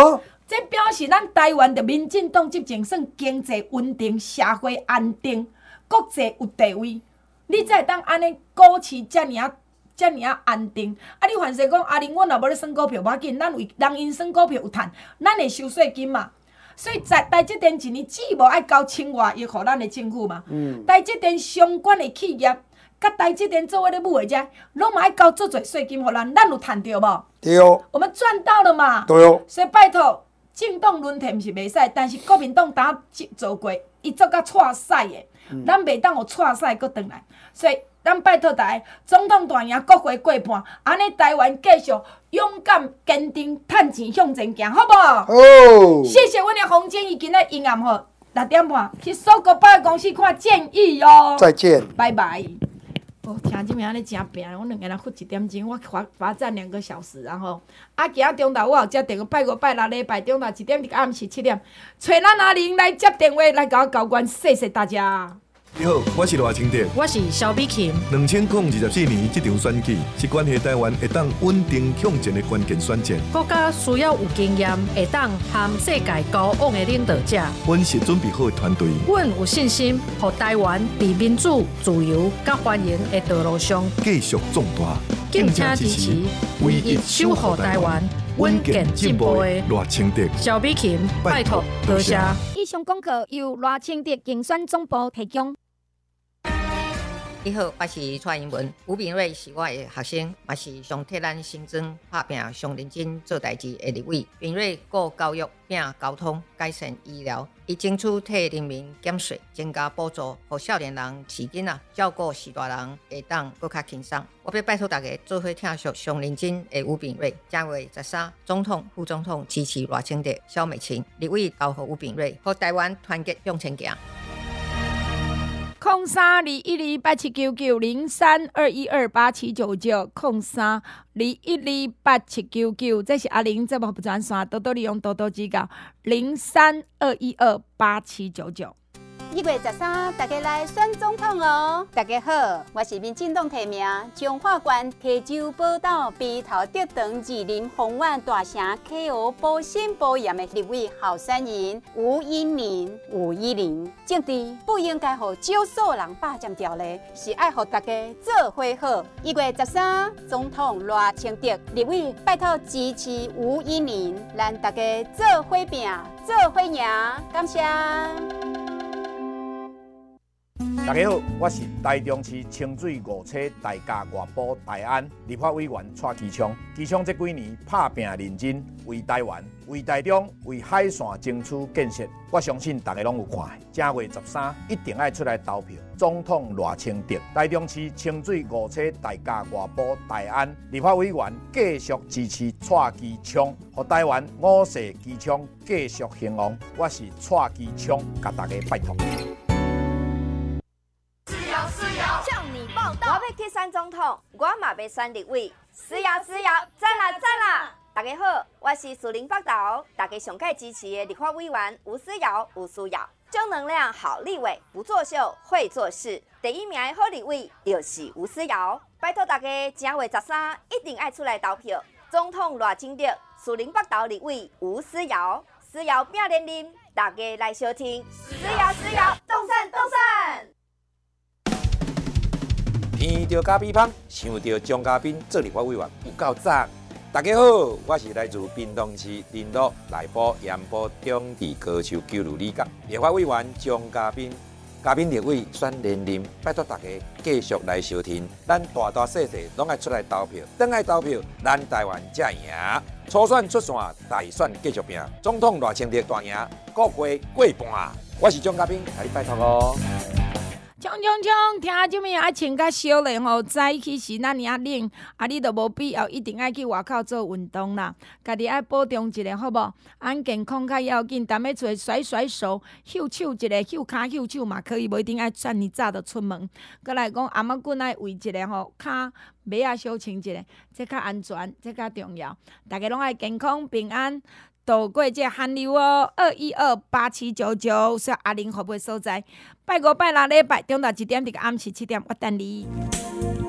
这表示咱台湾的民进党执政算经济稳定、社会安定、国际有地位。你才会当安尼股市遮尔啊、遮尔啊安定。啊，你凡是讲阿玲，阮若无咧算股票，无要紧，咱为人因算股票有趁，咱会收税金嘛。所以在台积电一年只无爱交千外亿，互咱的政府嘛。嗯。台积电相关的企业，甲台积电做伙咧母的遮，拢嘛爱交足侪税金，互咱，咱有趁着无？ 对哦。 我们赚到了嘛？ 对哦。 所以拜托，政党轮替毋是袂使，但是国民党打做过，伊做甲错使的，嗯、咱袂当有错使搁转来。所以咱拜托大家，总统大赢，国会过半，安尼台湾继续勇敢坚定，趁钱向前行，好无？ 哦。 谢谢阮的洪建义，今仔阴暗吼六点半去搜狗百货公司看建议哦。 再见。 拜拜。哦，听这名安尼真拼，我两个人瞓一点钟，我罚罚站两个小时，然后啊，今仔中昼我有接电话，拜五拜六礼拜中昼一点到暗时七点，找咱阿玲来接电话来甲我交关，谢谢大家。 你好，我是罗清德， 我是萧美琴。 两千零二十四年这场选举是关系台湾会当稳定向前的关键选战。 国家需要有经验、会当和世界交往的领导者。 阮是准备好的团队。 阮有信心，让台湾在民主、自由、甲繁荣的道路上继续壮大。 敬请支持唯一守护台湾、稳健进步的罗清德、 萧美琴，拜托多谢。 以上广告由罗清德竞选总部提供。 你好，我是蔡英文。吴秉瑞是我的学生，也是上替咱新庄拍拼、上认真做代志的立委。秉瑞顾教育、拼交通、改善医疗，伊争取替人民减税、增加补助，让少年人饲囡仔、照顾士大人会当更较轻松。我要拜托大家做伙听续上认真的吴秉瑞。正月十三，总统、副总统支持罗清德、萧美琴，立委投予吴秉瑞，让台湾团结向前行。 空三二一二八七九九零三二一二八七九九空三二一二八七九九，这是阿玲节目专线，多多利用，多多指教。零三二一二八七九九。 一月十三，大家来选总统哦！大家好，我是民进党提名彰化县溪州宝岛鼻头竹塘二林丰苑大城 K O 保心保严的立委候选人吴依玲。吴依玲，政治不应该让少数人霸占掉嘞，是爱让大家做伙好。一月十三，总统罗清德立委拜托支持吴依玲，咱大家做伙拼，做伙赢，感谢。 大家好，我是台中市清水五车大家外埔大安立法委员蔡其昌。其昌这几年拍拼认真，为台湾、为台中、为海线争取建设，我相信大家拢有看。正月十三一定要出来投票，总统罗清德。台中市清水五车大家外埔大安立法委员继续支持蔡其昌，让台湾五世其昌继续兴旺。我是蔡其昌，甲大家拜托。 向你报道，我要去选总统，我嘛要选立委，是呀是呀，赞啦赞啦！大家好，我是树林北投，大家上届支持的立法委员吴思瑶，吴思瑶，正能量好立委，不作秀会做事，第一名的好立委就是吴思瑶。拜托大家正月十三一定爱出来投票，总统罗清德，树林北投立委吴思瑶，思瑶拼连任，大家来收听，思瑶思瑶，动身动身！ 闻到咖啡香，想到张嘉宾做立法委员有够赞。大家好，我是来自屏东市林路内埔盐埔中地高球九路里角立法委员张嘉宾。嘉宾立委选连任，拜托大家继续来收听。咱大大小小拢爱出来投票，等爱投票，咱台湾才赢。初选出线，大选继续拼，总统罗清德大赢，国会过半。我是张嘉宾，甲你拜托哦。 冲冲冲！听这物爱穿较少咧吼，早起时咱尔冷，啊，你都无必要一定爱去外口做运动啦。家己爱保重一下，好无？安健康较要紧，踮咧厝甩甩手、秀手一下、秀骹秀手嘛可以，无一定爱遮尔早就出门。搁来讲，阿妈棍爱围一下吼，骹尾仔小穿一下，这较安全，这较重要。大家拢爱健康平安。度过这寒流哦，二一二八七九九是阿玲服务的所在。拜五拜六礼拜中昼一点到暗时七点，我等你。